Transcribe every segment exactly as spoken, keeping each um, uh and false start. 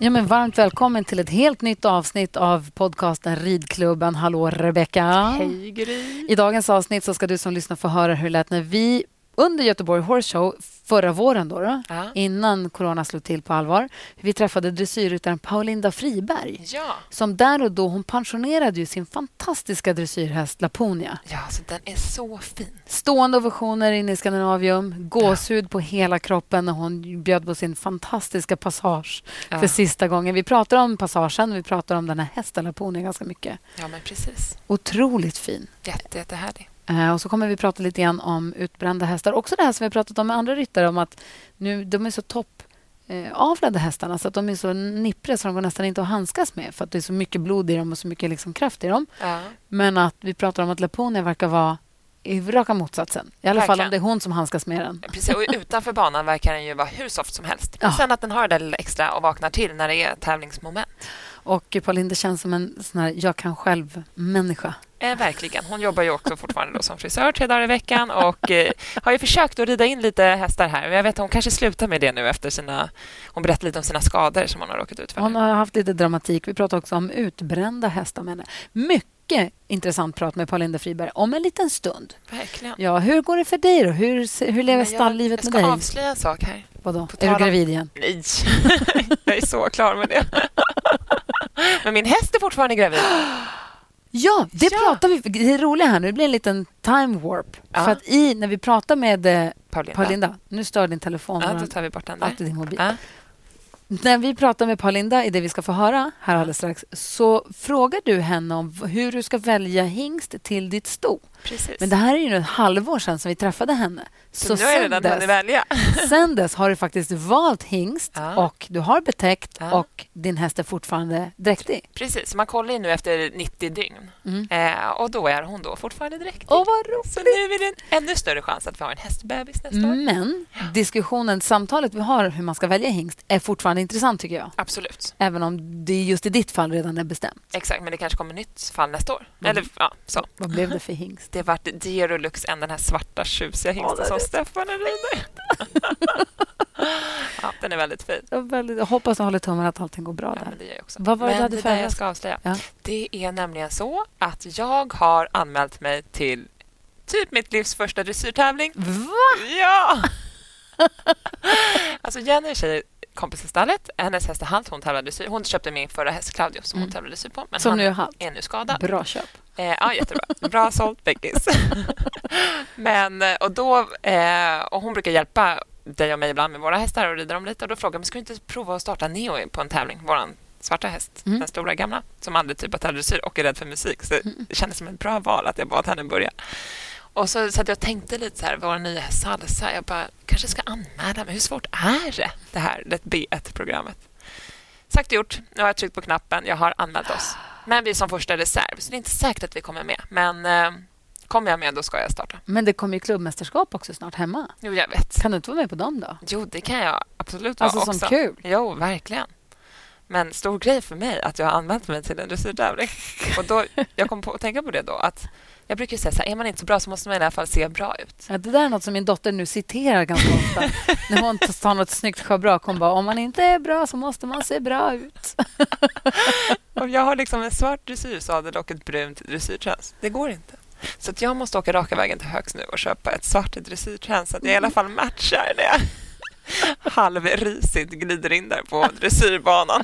Ja, men varmt välkommen till ett helt nytt avsnitt av podcasten Ridklubben. Hallå Rebecca. Hej Gry. I dagens avsnitt så ska du som lyssnar få höra hur det lät när vi under Göteborg Horse Show förra våren då, då Ja. innan corona slog till på allvar. Vi träffade dressyrryttaren Paulinda Friberg. Ja. Som där och då, hon pensionerade ju sin fantastiska dressyrhäst Laponia. Ja, så den är så fin. Stående ovationer inne i Skandinavium, gåshud ja. på hela kroppen när hon bjöd på sin fantastiska passage ja. för sista gången. Vi pratar om passagen, vi pratar om den här hästen Laponia ganska mycket. Ja, men precis. Otroligt fin. Jätte, jättehärlig. Uh, och så kommer vi prata lite grann om utbrända hästar. Också det här som vi har pratat om med andra ryttare, om att nu, de är så topp uh, avlade hästarna så att de är så nippriga så de går nästan inte att handskas med för att det är så mycket blod i dem och så mycket liksom kraft i dem. Ja. Men att vi pratar om att Laponia verkar vara i raka motsatsen. I alla Verkligen. fall om det är hon som handskas med den. Precis, och utanför banan verkar den ju vara hur soft som helst. Ja. Sen att den har det lilla extra och vaknar till när det är tävlingsmoment. Och Paulinda känns som en sån här jag kan själv-människa. Eh, verkligen. Hon jobbar ju också fortfarande då som frisör tre dagar i veckan och eh, har ju försökt att rida in lite hästar här. Jag vet att hon kanske slutar med det nu efter sina... Hon berättar lite om sina skador som hon har råkat ut för. Hon har haft lite dramatik. Vi pratar också om utbrända hästar med henne. Mycket intressant prat med Paulinda Friberg om en liten stund. Verkligen. Ja, hur går det för dig då? Hur, hur lever stalllivet med dig? Jag ska avslöja en sak här. Vadå? Är du gravid igen? Nej, jag är så klar med det. Men min häst är fortfarande gravid. Ja, det ja. pratar vi. Det är roligt här nu. Det blir en liten time warp. Ja. För att i, när vi pratar med eh, Paulinda. Paulinda. Nu stör din telefon. Ja, då tar vi bort den där. Din mobil. Ja. När vi pratar med Paulinda i det vi ska få höra här alldeles strax, så frågar du henne om hur du ska välja hingst till ditt sto. Precis. Men det här är ju ett halvår sedan som vi träffade henne. Så, så nu är det den dess, hunnit välja. Sen dess har du faktiskt valt hingst ja. och du har betäckt ja. och din häst är fortfarande dräktig. Precis, man kollar ju nu efter nittio dygn. Mm. Eh, och då är hon då fortfarande dräktig. Åh, vad roligt. Så nu är det en ännu större chans att vi har en hästbebis nästa år. Men diskussionen, samtalet vi har hur man ska välja hingst är fortfarande intressant tycker jag. Absolut. Även om det just i ditt fall redan är bestämt. Exakt, men det kanske kommer nytt fall nästa år. Mm. Eller, ja, så. Vad blev det för hingst? Det var Diero Lux än den här svarta tjusiga hingsten oh, som Stefan är rider. Ja, den är väldigt fin. Jag, väldigt, jag hoppas att håller tummen att allting går bra ja, där. Men det gör jag också. Vad var men det, det där jag ska avslöja? Ja. Det är nämligen så att jag har anmält mig till typ mitt livs första dressyrtävling. Va? Ja! Alltså Jenny är tjej kompis i stallet. Hennes häst är halt, hon tävlade dressyr. Hon köpte min förra häst Claudio som mm. hon tävlade dressyr på. Men som han nu är halt. Är nu skadad. Bra köp. Eh, ja, jättebra. Bra sålt, Beckis. Men, och då, eh, och hon brukar hjälpa dig och mig ibland med våra hästar och rida dem lite. Och då frågar jag, ska du inte prova att starta Neo på en tävling? Våran svarta häst, mm. den stora gamla, som aldrig typ har tävlat dressyr och är rädd för musik. Så det kändes som ett bra val att jag bad henne börja. Och så, så att jag tänkte lite så här, våra nya häst Salsa, jag bara, kanske ska anmäla mig. Hur svårt är det, det här, det B ett-programmet? Sagt och gjort, nu har jag tryckt på knappen, jag har anmält oss. Men vi är som första reserv, så det är inte säkert att vi kommer med. Men eh, kommer jag med, då ska jag starta. Men det kommer ju klubbmästerskap också snart hemma. Jo, jag vet. Kan du inte vara med på dem då? Jo, det kan jag absolut vara alltså, också. Alltså som kul. Jo, verkligen. Men stor grej för mig att jag har anmält mig till en dressyrtävling. Och då, jag kom på att tänka på det då, att jag brukar säga så här, är man inte så bra så måste man i alla fall se bra ut. Ja, det där är något som min dotter nu citerar ganska ofta. När hon tar något snyggt schabrak, hon bara, om man inte är bra så måste man se bra ut. Och jag har liksom en svart dressyrsadel och ett brunt dressyrträns. Det går inte. Så att jag måste åka raka vägen till Högs nu och köpa ett svart dressyrträns så att jag i alla fall matchar det. Halvrisigt glider in där på dressyrbanan.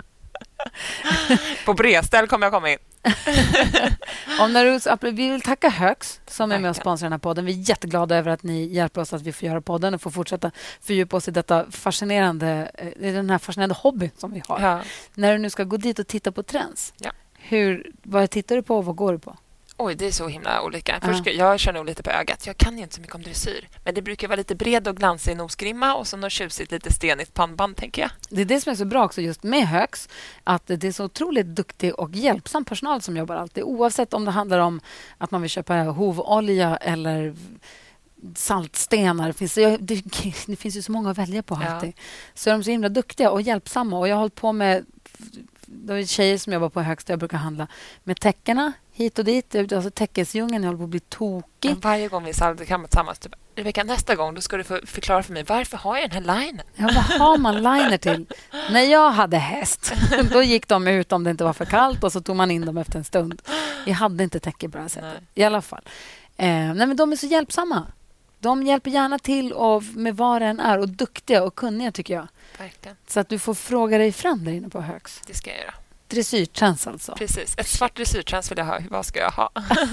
På bredställ kommer jag komma in. Om när du, vi vill tacka Högs som är med och sponsrar den här podden. Vi är jätteglada över att ni hjälper oss att vi får göra podden och får fortsätta fördjupa oss i detta fascinerande, den här fascinerande hobby som vi har. Ja. När du nu ska gå dit och titta på trends, ja. hur, vad tittar du på och vad går du på? Oj, det är så himla olika. Först, uh-huh. Jag kör nog lite på ögat. Jag kan ju inte så mycket om dressyr. Men det brukar vara lite bred och glansig nosgrimma och så något tjusigt, lite stenigt pannband, tänker jag. Det är det som är så bra också just med Högs. Att det är så otroligt duktig och hjälpsam personal som jobbar alltid. Oavsett om det handlar om att man vill köpa hovolja eller saltstenar. Det finns, det, det finns ju så många att välja på alltid. Ja. Så är de så himla duktiga och hjälpsamma. Och jag har hållit på med... Det är tjejer som jobbar på Högs där jag brukar handla med täckerna hit och dit. Alltså täckesdjungeln, jag håller på att bli tokig. Men varje gång vi saltar kan man tillsammans typ Rebecka, nästa gång då ska du få förklara för mig varför har jag den här linen? Ja, vad har man liner till? När jag hade häst, då gick de ut om det inte var för kallt och så tog man in dem efter en stund. Jag hade inte täcke på det här sättet. Nej. I alla fall. Eh, nej, men de är så hjälpsamma. De hjälper gärna till och med vad den är och duktiga och kunniga tycker jag. Verkligen. Så att du får fråga dig fram där inne på Högs. Det ska jag göra. Dressyrtrans alltså. Precis. Ett svart dressyrtrans vill jag ha. Vad ska jag ha?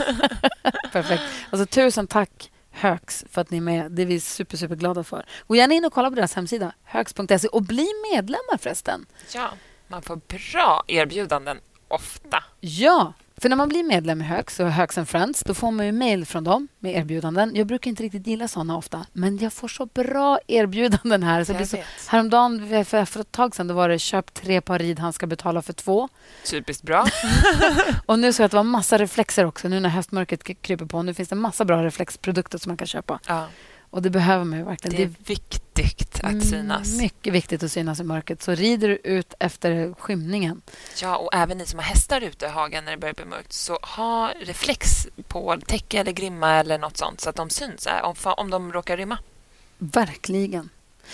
Perfekt. Alltså, tusen tack Högs för att ni är med. Det är vi super, super glada för. Gå gärna in och kolla på deras hemsida högs punkt se och bli medlemmar förresten. Ja, man får bra erbjudanden ofta. Ja, för när man blir medlem i Högs och Högs and Friends då får man ju mejl från dem med erbjudanden. Jag brukar inte riktigt gilla såna ofta, men jag får så bra erbjudanden här. Så blir så, häromdagen för, för ett tag sedan då var det köp tre par ridhandskar, betala för två. Typiskt bra. Och nu så att det var massa reflexer också nu när höstmörkret kryper på. Nu finns det massa bra reflexprodukter som man kan köpa. Ja. Och det behöver man ju verkligen. Det är viktigt att synas. Mycket viktigt att synas i mörkret. Så rider du ut efter skymningen. Ja, och även ni som har hästar ute i hagen när det börjar bli mörkt, så ha reflex på täcke eller grimma eller något sånt så att de syns om, om de råkar rymma. Verkligen.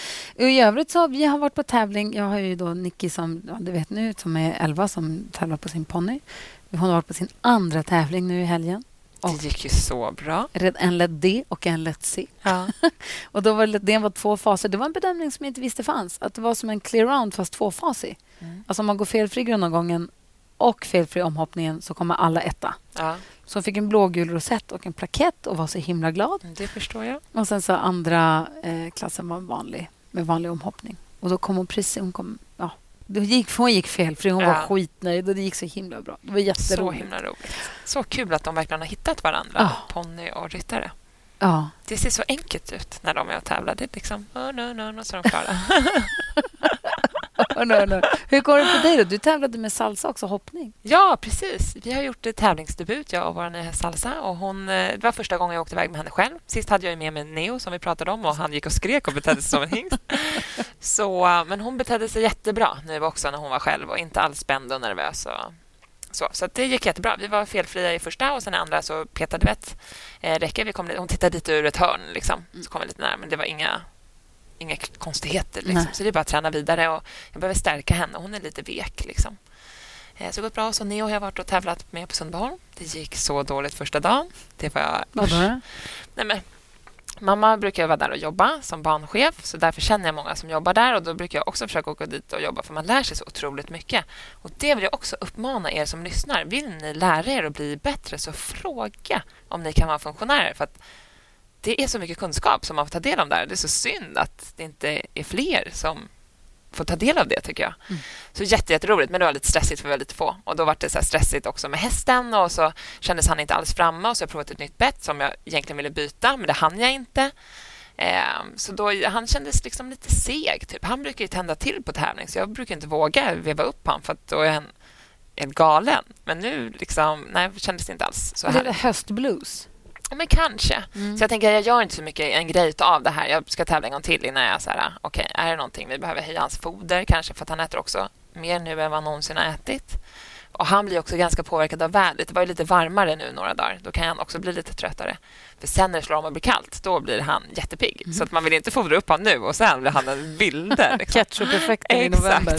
I övrigt så har vi har varit på tävling. Jag har ju då Nicky som, ja, du vet nu, som är elva som tävlar på sin ponny. Hon har varit på sin andra tävling nu i helgen. Och det gick ju så bra. En lätt D och en lätt C. Ja. Och då var det, det var två faser. Det var en bedömning som jag inte visste fanns. Att det var som en clear round fast tvåfasig. Mm. Alltså om man går felfri grundomgången och felfri omhoppningen så kommer alla etta. Ja. Så hon fick en blågul rosett och en plakett och var så himla glad. Det förstår jag. Och sen så andra eh, klassen var vanlig med vanlig omhoppning. Och då kom hon precis... Hon kom, ja, då gick, hon gick fel för hon ja. var skitnöjd och det gick så himla bra. Det var jätteroligt. Så himla roligt. Så kul att de verkligen har hittat varandra, ja. Ponny och ryttare. Ja. Det ser så enkelt ut när de är och tävlar. Det är liksom, oh, no, no, no, så är de klara. oh, no, no. Hur går det för dig då? Du tävlade med salsa också, hoppning. Ja, precis. Vi har gjort tävlingsdebut, jag och vår nya salsa. Och hon, det var första gången jag åkte iväg med henne själv. Sist hade jag med mig Neo som vi pratade om och han gick och skrek och betedde sig som en hingst. Så, men hon betedde sig jättebra nu också när hon var själv och inte alls spänd och nervös. Och så, så det gick jättebra. Vi var felfria i första och sen i andra så petade vi ett eh, räcke. Vi kom, hon tittade lite ur ett hörn liksom. Så kom vi lite nära, men det var inga, inga konstigheter liksom. Så det är bara att träna vidare och jag behöver stärka henne. Hon är lite vek liksom. Eh, så det gått bra. Så Neo har jag varit och tävlat med på Sundbyholm. Det gick så dåligt första dagen. Det var... Vad var det? Nej men mamma brukar vara där och jobba som barnchef, så därför känner jag många som jobbar där och då brukar jag också försöka åka dit och jobba för man lär sig så otroligt mycket. Och det vill jag också uppmana er som lyssnar. Vill ni lära er att bli bättre så fråga om ni kan vara funktionärer för att det är så mycket kunskap som man får ta del av där. Det är så synd att det inte är fler som får ta del av det tycker jag. Mm. Så jätte, jätteroligt, men det var lite stressigt för väldigt få. Och då var det så här stressigt också med hästen och så kändes han inte alls framme och så har jag provat ett nytt bett som jag egentligen ville byta, men det hann jag inte. Eh, så då, han kändes liksom lite seg typ. Han brukar ju tända till på tävling så jag brukar inte våga veva upp han för att då är han helt galen. Men nu liksom, nej, kändes det inte alls så här. Det är höstblues. Ja, men kanske. Mm. Så jag tänker, jag gör inte så mycket en grej av det här. Jag ska tävla en gång till innan jag säger, okej, okay, är det någonting vi behöver höja hans foder kanske för att han äter också mer nu än vad han någonsin har ätit. Och han blir också ganska påverkad av vädret. Det var ju lite varmare nu några dagar. Då kan han också bli lite tröttare. För sen när det slår om och blir kallt, då blir han jättepigg. Mm. Så att man vill inte fodra upp honom nu och sen blir han en vilde. Liksom. Ketchup-effekten i november.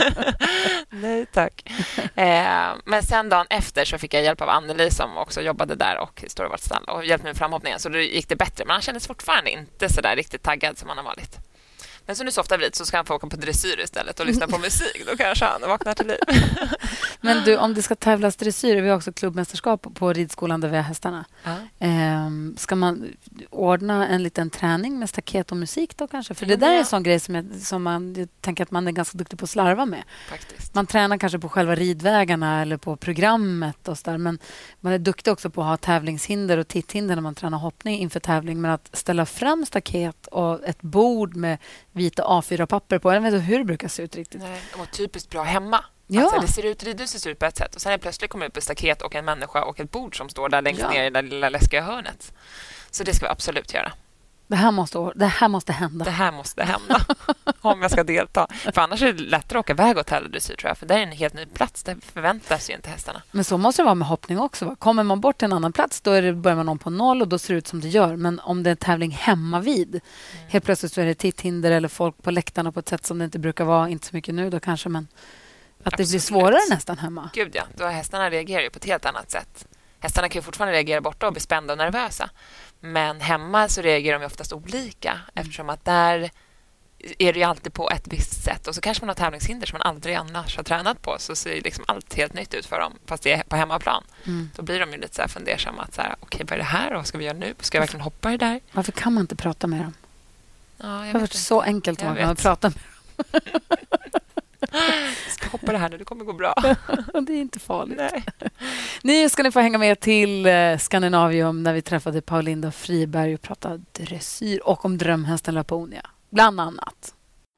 Nej, tack. Eh, men sen dagen efter så fick jag hjälp av Anneli som också jobbade där och står i vårt stall och hjälpte med framhoppningen. Så då gick det bättre. Men han kändes fortfarande inte så där riktigt taggad som han har varit. Men så nu softar vi lite så ska han få åka på dressyr istället och lyssna på musik. Då kanske han vaknar till liv. Men du, om det ska tävlas dressyr, vi har också klubbmästerskap på ridskolan där vi har hästarna. Uh-huh. Ehm, ska man ordna en liten träning med staket och musik då kanske? För det där är en sån grej som, jag, som man jag tänker att man är ganska duktig på att slarva med. Faktiskt. Man tränar kanske på själva ridvägarna eller på programmet och så där, men man är duktig också på att ha tävlingshinder och titthinder när man tränar hoppning inför tävling. Men att ställa fram staket och ett bord med vita A fyra-papper på. Jag vet inte hur det brukar se ut riktigt. Nej, det var typiskt bra hemma. Ja. Alltså, det ser ut, ridhuset ser ut på ett sätt och sen är plötsligt kommer upp ett staket och en människa och ett bord som står där längst ja. ner i det lilla läskiga hörnet. Så det ska vi absolut göra. Det här måste, det här måste hända. Det här måste hända om jag ska delta. För annars är det lättare att åka iväg och tävla dressyr, tror jag. För det är en helt ny plats. Det förväntas ju inte hästarna. Men så måste det vara med hoppning också. Va? Kommer man bort till en annan plats, då är det, börjar man om på noll och då ser det ut som det gör. Men om det är en tävling hemma vid, mm. helt plötsligt så är det titthinder eller folk på läktarna på ett sätt som det inte brukar vara. Inte så mycket nu då kanske, men att Absolut. Det blir svårare nästan hemma. Gud ja, då hästarna reagerar ju på ett helt annat sätt. Hästarna kan ju fortfarande reagera borta och bli spända och nervösa. Men hemma så reagerar de oftast olika mm. eftersom att där är det ju alltid på ett visst sätt. Och så kanske man har tävlingshinder som man aldrig annars har tränat på, så ser liksom allt helt nytt ut för dem fast det är på hemmaplan. Mm. Då blir de ju lite så här fundersamma att så här, okej, vad är det här? Vad ska vi göra nu? Ska jag verkligen hoppa i det där? Varför kan man inte prata med dem? Ja, jag det har varit så enkelt att man kan prata med dem. Ska hoppa det här nu, det kommer gå bra. Det är inte farligt. Nej. Nu ska ni få hänga med till Skandinavium när vi träffade Paulinda Friberg och pratade dressyr och om drömhästen Laponia, bland annat.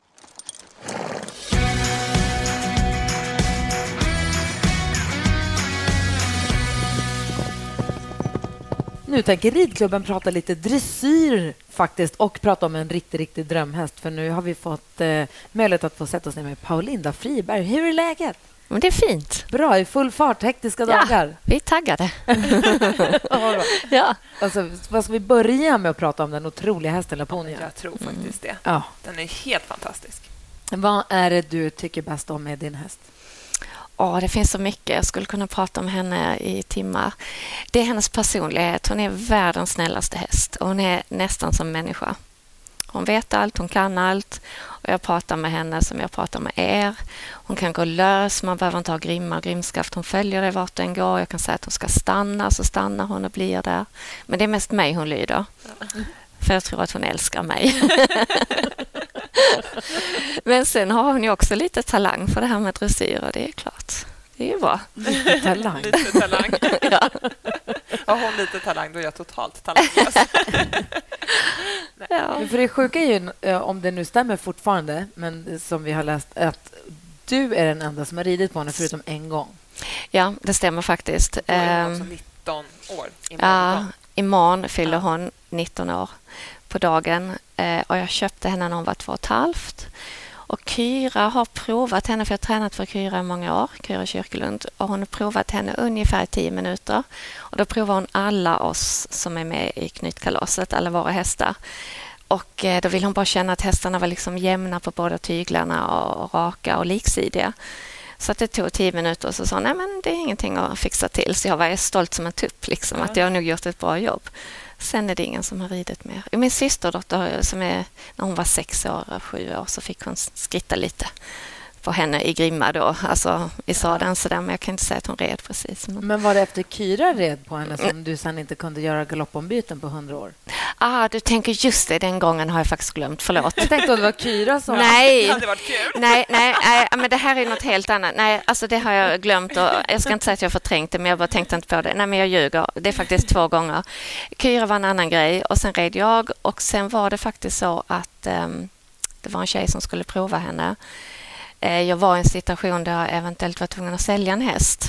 Nu tänker ridklubben prata lite dressyr faktiskt och prata om en riktig, riktig drömhäst. För nu har vi fått eh, möjlighet att få sätta oss ner med Paulinda Friberg. Hur är läget? Men det är fint. Bra, i full fart, hektiska dagar. Ja, vi är taggade. Ja. Alltså, vad ska vi börja med att prata om den otroliga hästen Laponia? Jag tror faktiskt det. Ja. Den är helt fantastisk. Vad är det du tycker bäst om med din häst? Ja, det finns så mycket. Jag skulle kunna prata om henne i timmar. Det är hennes personlighet. Hon är världens snällaste häst. Och hon är nästan som människa. Hon vet allt, hon kan allt. Och jag pratar med henne som jag pratar med er. Hon kan gå lös, man behöver inte ha grimma och grimskaft. Hon följer det vart den går. Jag kan säga att hon ska stanna, så stannar hon och blir där. Men det är mest mig hon lyder. För jag tror att hon älskar mig. Men sen har hon ju också lite talang för det här med dressyr, och det är klart. Det är ju bra. Lite talang. Lite talang. Ja. Har hon lite talang, då är jag totalt talanglös. Ja. För det sjuka är ju, om det nu stämmer fortfarande, men som vi har läst, att du är den enda som har ridit på henne förutom en gång. Ja, det stämmer faktiskt. Då är hon också nitton år. Ja, imorgon fyller hon nitton år på dagen. Och jag köpte henne när hon var två och ett halvt. Och Kyra har provat henne, för jag har tränat för Kyra i många år, Kyra Kyrkelund. Och hon har provat henne ungefär i tio minuter. Och då provar hon alla oss som är med i knytkalaset, alla våra hästar. Och då vill hon bara känna att hästarna var liksom jämna på båda tyglarna och raka och liksidiga. Så att det tog tio minuter och så sa nej, men det är ingenting att fixa till. Så jag var stolt som en tupp, liksom, att jag har nog gjort ett bra jobb. Sen är det ingen som har ridit mer. Min systerdotter, som är, när hon var sex år, sju år, så fick hon skritta lite på henne i grimma då. Alltså i sadeln sådär, men jag kan inte säga att hon red precis. Men, men var det efter Kyra red på henne som du sen inte kunde göra galoppombyten på hundra år? Ah, du tänker just det, den gången har jag faktiskt glömt, förlåt. Jag tänkte att det var Kyra som... Nej, det hade varit kul. Nej, nej, nej, men det här är något helt annat. Nej, alltså det har jag glömt, och jag ska inte säga att jag förträngt det, men jag bara tänkte inte på det. Nej, men jag ljuger. Det är faktiskt två gånger. Kyra var en annan grej, och sen red jag, och sen var det faktiskt så att um, det var en tjej som skulle prova henne. Jag var i en situation där jag eventuellt var tvungen att sälja en häst.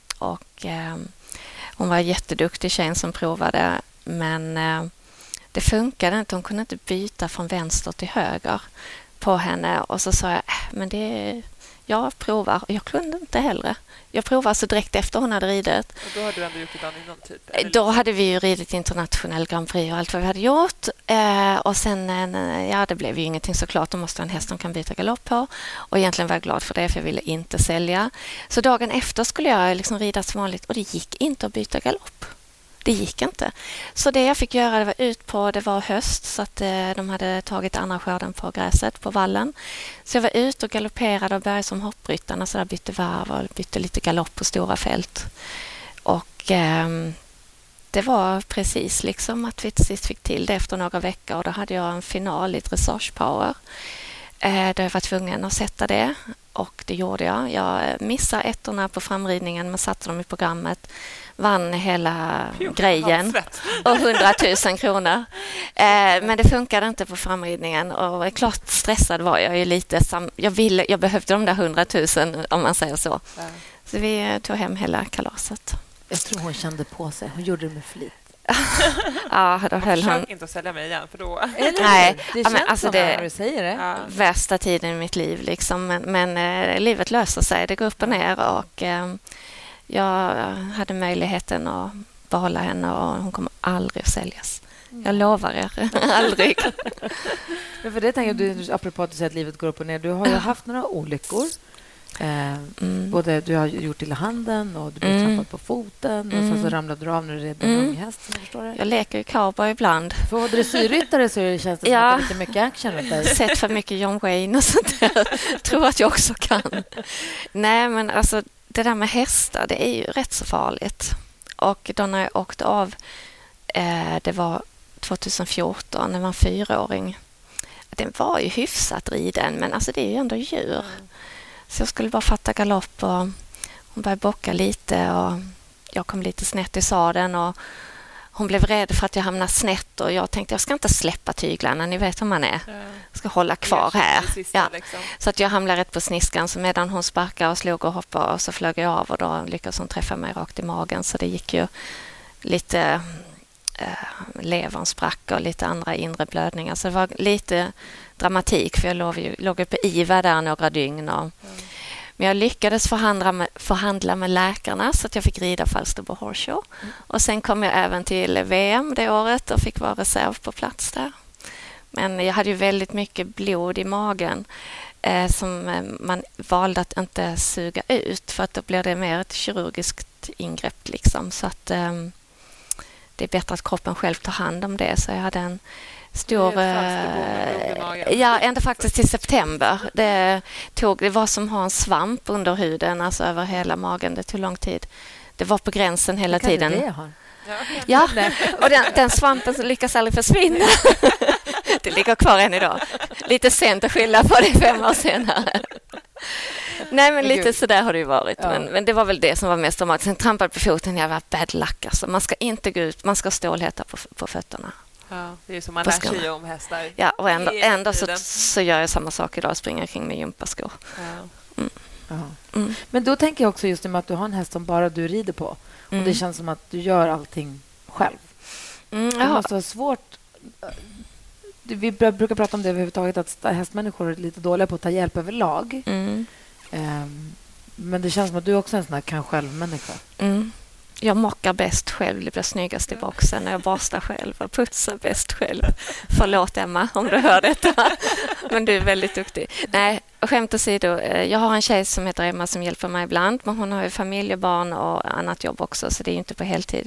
Och eh, hon var jätteduktig tjej som provade. Men eh, det funkade inte. Hon kunde inte byta från vänster till höger på henne. Och så sa jag, äh, men det jag provar. Och jag kunde inte heller. Jag provade så direkt efter hon hade ridit. Och då hade du ändå gjort det dagen innan typ? Eller? Då hade vi ju ridit internationell Grand Prix och allt vad vi hade gjort. Eh, och sen, eh, ja, det blev ju ingenting såklart. Då måste en häst som kan byta galopp på. Och egentligen var jag glad för det, för jag ville inte sälja. Så dagen efter skulle jag liksom rida som vanligt, och det gick inte att byta galopp. Det gick inte. Så det jag fick göra, det var ut på, det var höst, så att eh, de hade tagit andra skörden på gräset på vallen. Så jag var ute och galopperade och började som hoppryttarna, så där bytte varv och bytte lite galopp på stora fält. Och eh, det var precis liksom att vi till sist fick till det efter några veckor, och då hade jag en final i dressage power. Eh, där jag var tvungen att sätta det, och det gjorde jag. Jag missade ettorna på framridningen, men satte dem i programmet. Vann hela jo, grejen och hundratusen kronor. Eh, men det funkade inte på framridningen, och klart stressad var jag ju lite. Sam- jag, ville, jag behövde de där hundratusen, om man säger så. Ja. Så vi tog hem hela kalaset. Jag tror hon kände på sig. Hon gjorde det med flit. Ja, då höll Försök han... inte att sälja mig igen, för då... Det Nej, ja, känns men alltså som det- det när du säger det. Ja. värsta tiden i mitt liv. Liksom. Men, men eh, livet löser sig. Det går upp och ner. Och, eh, jag hade möjligheten att behålla henne och hon kommer aldrig att säljas. Jag lovar er. aldrig. Men för det tänker jag, du, apropå att du säger att livet går upp och ner. Du har ju haft några olyckor. Eh, Mm. Både du har gjort illa handen och du blev Mm. trampad på foten. Och Mm. sen så ramlade du av när du red en Mm. ung häst. Som jag förstår det. Jag leker ju cowboy ibland. För att vara dressyrryttare så känns det som Ja. att det är lite mycket action runt dig. Sett för mycket John Wayne och sånt där. Tror att jag också kan. Nej, men alltså det där med hästar, det är ju rätt så farligt. Och då när jag åkte av, eh, det var tjugohundrafjorton, när man var fyraåring. Den var ju hyfsat riden, men alltså det är ju ändå djur. Mm. Så jag skulle bara fatta galopp och hon började bocka lite och jag kom lite snett i sadeln och hon blev rädd för att jag hamnade snett och jag tänkte jag ska inte släppa tyglarna, ni vet hur man är. Ja. Jag ska hålla kvar Det här. sista, Ja. liksom. Så att jag hamnade rätt på sniskan, så medan hon sparkade och slog och hoppade och så flög jag av och då lyckades hon träffa mig rakt i magen, så det gick ju lite eh, levern sprack och lite andra inre blödningar, så det var lite dramatik för jag låg ju, låg ju på I V A där några dygn och, men jag lyckades förhandla med, förhandla med läkarna så att jag fick rida Falsterbo Horse Show. Mm. Och sen kom jag även till V M det året och fick vara reserv på plats där. Men jag hade ju väldigt mycket blod i magen eh, som eh, man valde att inte suga ut, för att då blir det mer ett kirurgiskt ingrepp liksom. Så att eh, det är bättre att kroppen själv tar hand om det. Så jag hade en stor... Det är Falsterbo med blod i magen. Ja, ända faktiskt till september. Det, tog, det var som att ha en svamp under huden, alltså över hela magen. Det tog lång tid. Det var på gränsen hela Kanske tiden. det jag har. Ja, och den, den svampen lyckas aldrig försvinna. Det ligger kvar än idag. Lite sent att skylla på det fem år senare. Nej, men lite så där har det ju varit. Ja. Men, men det var väl det som var mest dramatiskt. Sen trampade på foten, jag var bad luck. Alltså. Man ska inte gå ut, man ska stålhätta på, på fötterna. Ja, det är som man På lär sig skorna. om hästar. Ja, och ändå, Hela ändå så, tiden. så gör jag samma sak idag, springer kring med gympaskor. Ja. Ja. Mm. Men då tänker jag också just det med att du har en häst som bara du rider på. Mm. Och det känns som att du gör allting själv. Mm, Det ja. måste vara svårt. Vi brukar prata om det överhuvudtaget, att hästmänniskor är lite dåliga på att ta hjälp överlag. Mm. Um, men det känns som att du också är en sån här kan själv-människa. Mm. Jag mockar bäst själv, det blir snyggast i boxen när jag borstar själv och putsar bäst själv. Förlåt Emma om du hör detta, men du är väldigt duktig. Nej, skämt åsido, jag har en tjej som heter Emma som hjälper mig ibland, men hon har ju familjebarn och annat jobb också, så det är ju inte på heltid.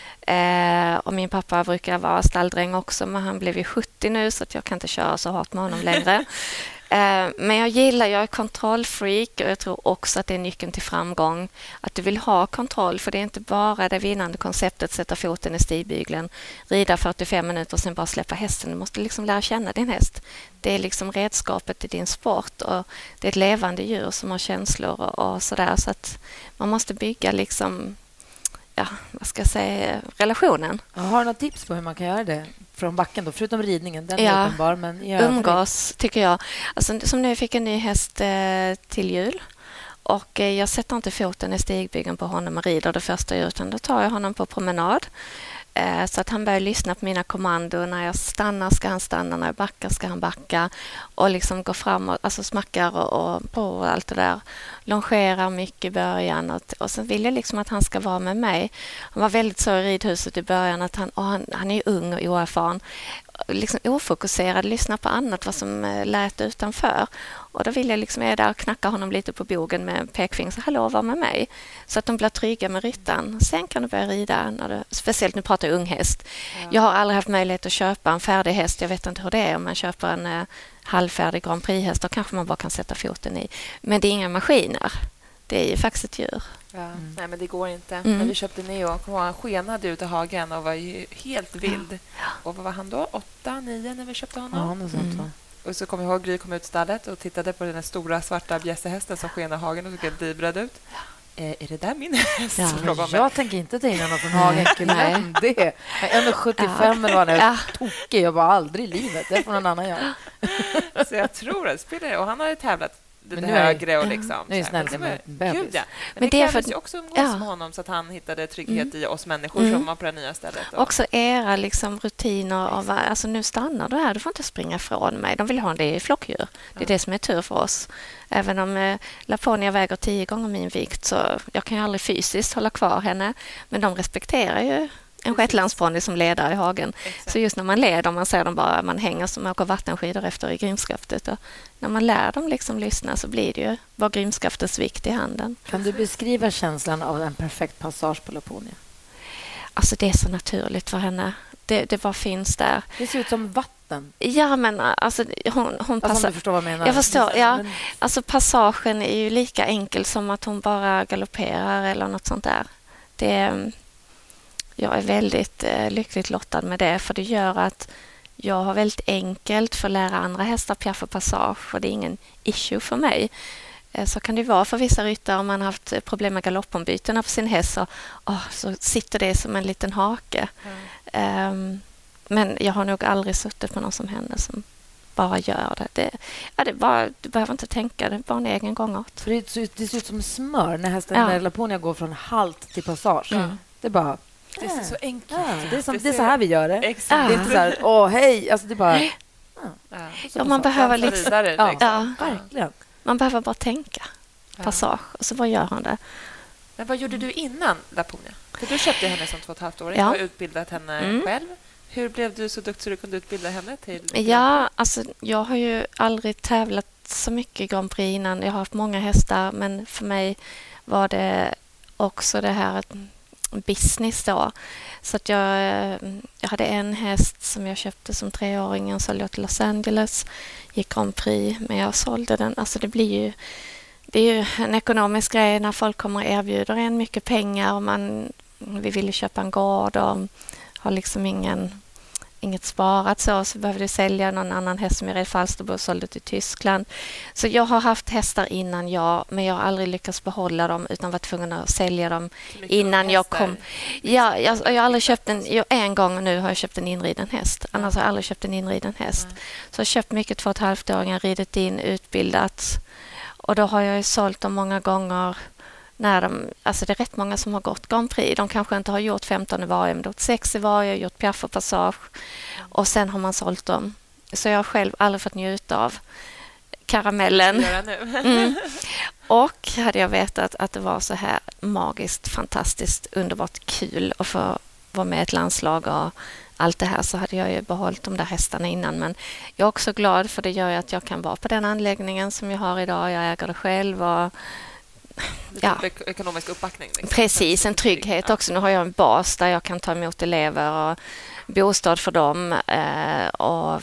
Eh, och min pappa brukar vara stalldräng också, men han blev ju sjuttio nu så att jag kan inte köra så hårt med honom längre. Eh, men jag gillar, jag är kontrollfreak och jag tror också att det är nyckeln till framgång. Att du vill ha kontroll, för det är inte bara det vinnande konceptet, sätta foten i stigbygeln, rida fyrtiofem minuter och sen bara släppa hästen. Du måste liksom lära känna din häst. Det är liksom redskapet i din sport och det är ett levande djur som har känslor och, och sådär, så att man måste bygga liksom, ja, vad ska jag säga, relationen. Jag har några tips på hur man kan göra det från backen då, förutom ridningen, den är Ja. uppenbar, men i övrigt- Umgås, tycker jag. Alltså, som nu fick en ny häst eh, till jul. Och eh, jag sätter inte foten i stigbygeln på honom och rider det första jag gör, utan då tar jag honom på promenad. Eh, så att han börjar lyssna på mina kommandon. När jag stannar ska han stanna, när jag backar ska han backa. Och liksom gå fram och alltså smackar och, och på och allt det där. Longerar mycket i början. Och, och sen vill jag liksom att han ska vara med mig. Han var väldigt så i ridhuset i början att han, och han, han är ju ung och oerfaren. Liksom ofokuserad, lyssna på annat, vad som eh, lät utanför. Och då vill jag liksom är där och knacka honom lite på bogen med pekfinger. Så hallå, var med mig. Så att de blir trygga med ryttaren. Sen kan du börja rida. När du, speciellt nu pratar jag ung häst. Ja. Jag har aldrig haft möjlighet att köpa en färdig häst. Jag vet inte hur det är om man köper en eh, halvfärdig Grand Prix-häst. Då kanske man bara kan sätta foten i. Men det är inga maskiner. Det är ju faktiskt ett djur. Ja. Mm. Nej, men det går inte. Mm. När vi köpte Neo, kom han skenade ut i hagen och var ju helt vild. Ja. Och vad var han då? Åtta, nio när vi köpte honom? Ja, något sånt, Mm. va? Och så kom jag ihåg, Gry kom ut stallet och tittade på den stora svarta bjässehästen som sken i hagen och såg helt livrädd ut. Eh, är det där min häst? Ja. Frågade hon mig. Jag tänker inte ta in honom från hagen. Nej. Glöm det. Jag är ändå sjuttiofem eller vad det är. Ja. Tokig. Jag bara aldrig i livet. Det får någon annan göra. Så jag tror det spelar. Och han har ju tävlat lite högre och liksom. Nu är snäll som en bebis. Gud, ja. Men, Men det, det är krävdes för- ju också umgås ja. med honom så att han hittade trygghet Mm. i oss människor Mm. som var på det nya stället. Och... Också era liksom, rutiner av alltså, nu stannar du här, du får inte springa ifrån mig. De vill ha det i flockdjur. Det är Ja. det som är tur för oss. Även om eh, Laponia väger tio gånger min vikt så jag kan ju aldrig fysiskt hålla kvar henne. Men de respekterar ju en shetlandsponny som ledare i hagen. Exakt. Så just när man leder, man ser dem bara, man hänger som åker vattenskidor efter i grimskaftet. Och när man lär dem liksom lyssna så blir det ju bara grimskaftets vikt i handen. Kan du beskriva känslan av en perfekt passage på Laponia? Alltså det är så naturligt för henne. Det, det bara finns där. Det ser ut som vatten. Ja, men alltså hon, hon Alltså, om passar... du förstår vad jag menar. Jag förstår, ja. Men- Alltså passagen är ju lika enkel som att hon bara galopperar eller något sånt där. Det, jag är väldigt eh, lyckligt lottad med det för det gör att jag har väldigt enkelt för att lära andra hästar piaff och passage och det är ingen issue för mig. Eh, så kan det vara för vissa ryttare om man har haft problem med galoppombytena på sin häst så, oh, så sitter det som en liten hake. Mm. Um, men jag har nog aldrig suttit på någon som henne som bara gör det. Det, ja, det bara, du behöver inte tänka, det är bara en egen gångart. För det, ser ut, det ser ut som smör när hästen Ja. när Laponia går från halt till passage. Mm. Det är bara... Det ser så enkelt Ja, ut. det, är som, Det det är så ser- här vi gör det. Exakt. Det är inte så här, åh hej, alltså det är bara... Ja. Ja, man behöver Dansa liksom, vidare, Ja. liksom. ja, Verkligen. man behöver bara tänka Ja. passage och så bara gör hon det. Men vad gjorde du innan Laponia? För du köpte henne som två och ett halvt år Ja. och utbildat henne Mm. själv. Hur blev du så duktig så du kunde utbilda henne till? Ja, alltså jag har ju aldrig tävlat så mycket i Grand Prix innan. Jag har haft många hästar men för mig var det också det här ett business då. Så att jag, jag hade en häst som jag köpte som treåring och sålde jag till Los Angeles. Gick Grand Prix men jag sålde den. Alltså det blir ju det är ju en ekonomisk grej när folk kommer och erbjuder en mycket pengar och man, vi vill ju köpa en gård och har liksom ingen, inget sparat så, så behöver du sälja någon annan häst som jag red Falsterbo och sålde till Tyskland. Så jag har haft hästar innan jag, men jag har aldrig lyckats behålla dem utan var tvungen att sälja dem innan jag kom. Ja, jag, jag har aldrig köpt en, jag, en gång nu har jag köpt en inriden häst. Annars har jag aldrig köpt en inriden häst. Mm. Så jag har köpt mycket två och ett halvt åringar, ridit in, utbildat. Och då har jag ju sålt dem många gånger när de, alltså det är rätt många som har gått Grand Prix. De kanske inte har gjort femton i varje, men de har gjort sex i varje, gjort piaff och passage. Och sen har man sålt dem. Så jag har själv aldrig fått njuta av karamellen. Göra nu. Mm. Och hade jag vetat att det var så här magiskt, fantastiskt, underbart kul att få vara med i ett landslag och allt det här så hade jag ju behållit de där hästarna innan. Men jag är också glad för det gör ju att jag kan vara på den anläggningen som jag har idag. Jag äger det själv och ja. Lite ekonomisk uppbackning. Liksom. Precis, en trygghet också. Nu har jag en bas där jag kan ta emot elever och bostad för dem eh, och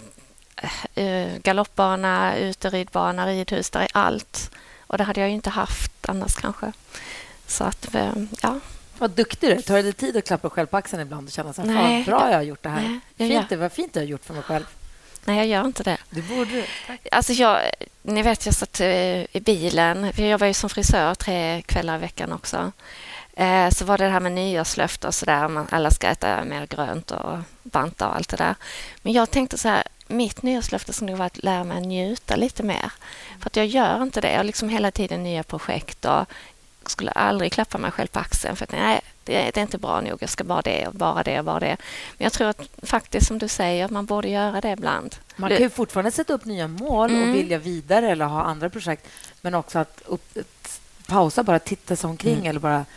eh, galoppbana, uteridbana, ridhus, där är allt. Och det hade jag ju inte haft annars kanske. Så att, eh, ja. Vad duktig du är. Tar du dig tid att klappa själv på axeln ibland och känna så här, fan Nej, vad bra jag- jag har gjort det här. nej, jag fint gör- det, vad fint du har gjort för mig själv. Nej, jag gör inte det. Det borde du. Alltså jag, ni vet, jag satt eh, i bilen. Jag jobbar ju som frisör tre kvällar i veckan också. Eh, så var det det här med nyårslöfte och sådär. Man, alla ska äta mer grönt och banta och allt det där. Men jag tänkte så här, mitt nyårslöfte skulle nog vara att lära mig att njuta lite mer. För att jag gör inte det. Jag har liksom hela tiden nya projekt och skulle aldrig klappa mig själv på axeln. För att nej, det är, det är inte bra nog. Jag ska bara det och bara det och bara det. Men jag tror att faktiskt som du säger, man borde göra det ibland. Man kan ju fortfarande sätta upp nya mål Mm. och vilja vidare eller ha andra projekt. Men också att upp, att pausa, bara titta sig omkring Mm. eller bara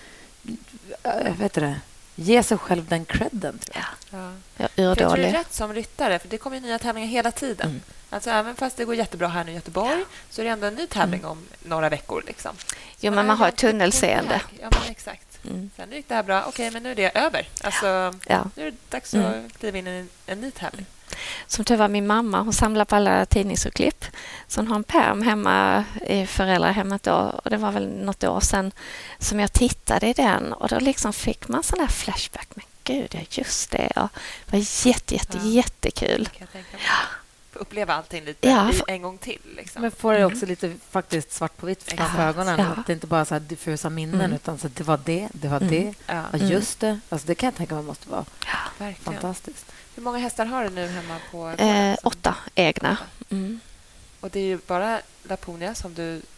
äh, vet du det, ge sig själv den credden. Tror jag. Ja. Jag är För jag tror det är urdålig. rätt som ryttare, för det kommer ju nya tävlingar hela tiden. Mm. Alltså, även fast det går jättebra här nu i Göteborg så är det ändå en ny tävling om några veckor. Liksom. Jo, Så men man har ett jättepå tunnelseende. väg. Ja, men exakt. Mm. Sen gick det här bra. Okej, men nu är det över. Alltså, Ja. nu är det dags Mm. att kliva in i en, en ny tävling. Som tur var min mamma, hon samlar på alla tidningsurklipp. Så hon har en pärm hemma i föräldrahemmet då. Och det var väl något år sedan som jag tittade i den. Och då liksom fick man sån här flashback. Men gud, ja just det. Och det var jätte, jätte, Ja. jättekul. Kan jag tänka mig. Få uppleva allting lite Ja, i, för- en gång till. Liksom. Men får det också lite faktiskt svart på vitt framför Exakt. ögonen. Ja. Att det inte bara är så här diffusa minnen Mm. utan så att det var det, det var Mm. det. Ja, Ja, just det. Alltså det kan jag tänka mig måste vara verkligen. fantastiskt. Hur många hästar har du nu hemma på Eh, gården? åtta egna. Mm. Och det är ju bara Laponia som du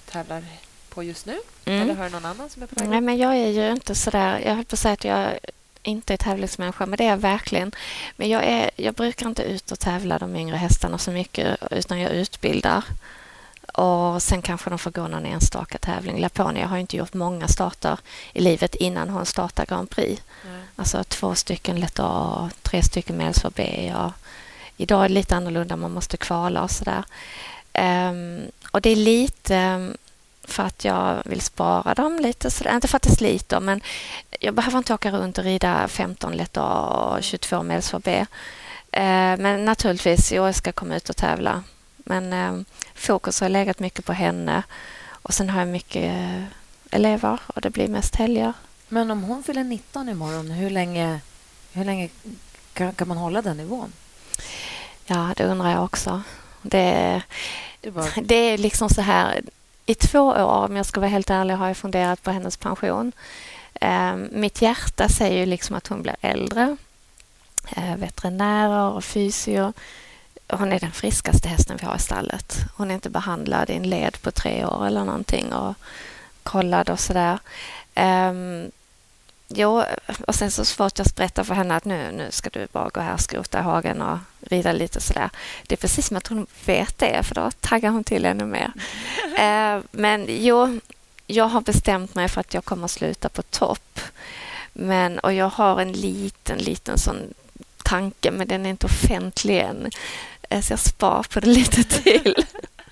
tävlar på just nu? Mm. Eller har du någon annan som är på väg? Nej, men jag är ju inte sådär... Jag höll på att säga att jag inte är tävlingsmänniska, men det är jag verkligen. Men jag, är, jag brukar inte ut och tävla de yngre hästarna så mycket, utan jag utbildar. Och sen kanske de får gå någon enstaka tävling. Laponia har inte gjort många starter i livet innan hon startar Grand Prix. Mm. Alltså två stycken lätt A, tre stycken Mälsvar B. Och idag är det lite annorlunda, man måste kvala och sådär. Um, och det är lite um, för att jag vill spara dem lite sådär. Inte för att det sliter, men jag behöver inte åka runt och rida femton lätt A och tjugotvå Mälsvar B. Uh, men naturligtvis, jag ska komma ut och tävla. Men um, fokus har legat mycket på henne. Och sen har jag mycket uh, elever och det blir mest helger. Men om hon fyller nitton imorgon, hur länge, hur länge kan, kan man hålla den nivån? Ja, det undrar jag också. Det, Det, bara... det är liksom så här... I två år, om jag ska vara helt ärlig, har jag funderat på hennes pension. Eh, mitt hjärta säger ju liksom att hon blir äldre. Eh, veterinärer och fysio. Hon är den friskaste hästen vi har i stallet. Hon är inte behandlad i en led på tre år eller någonting och kollad och sådär. Eh, jo, och sen så svårt jag berätta för henne att nu, nu ska du bara gå här och skrota i hagen och rida lite sådär. Det är precis som att hon vet det, för då taggar hon till ännu mer. eh, men jo, jag har bestämt mig för att jag kommer att sluta på topp. Men, och jag har en liten, liten sån tanke, men den är inte offentlig än. Eh, så jag spar på det lite till.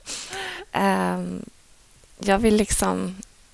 eh, jag vill liksom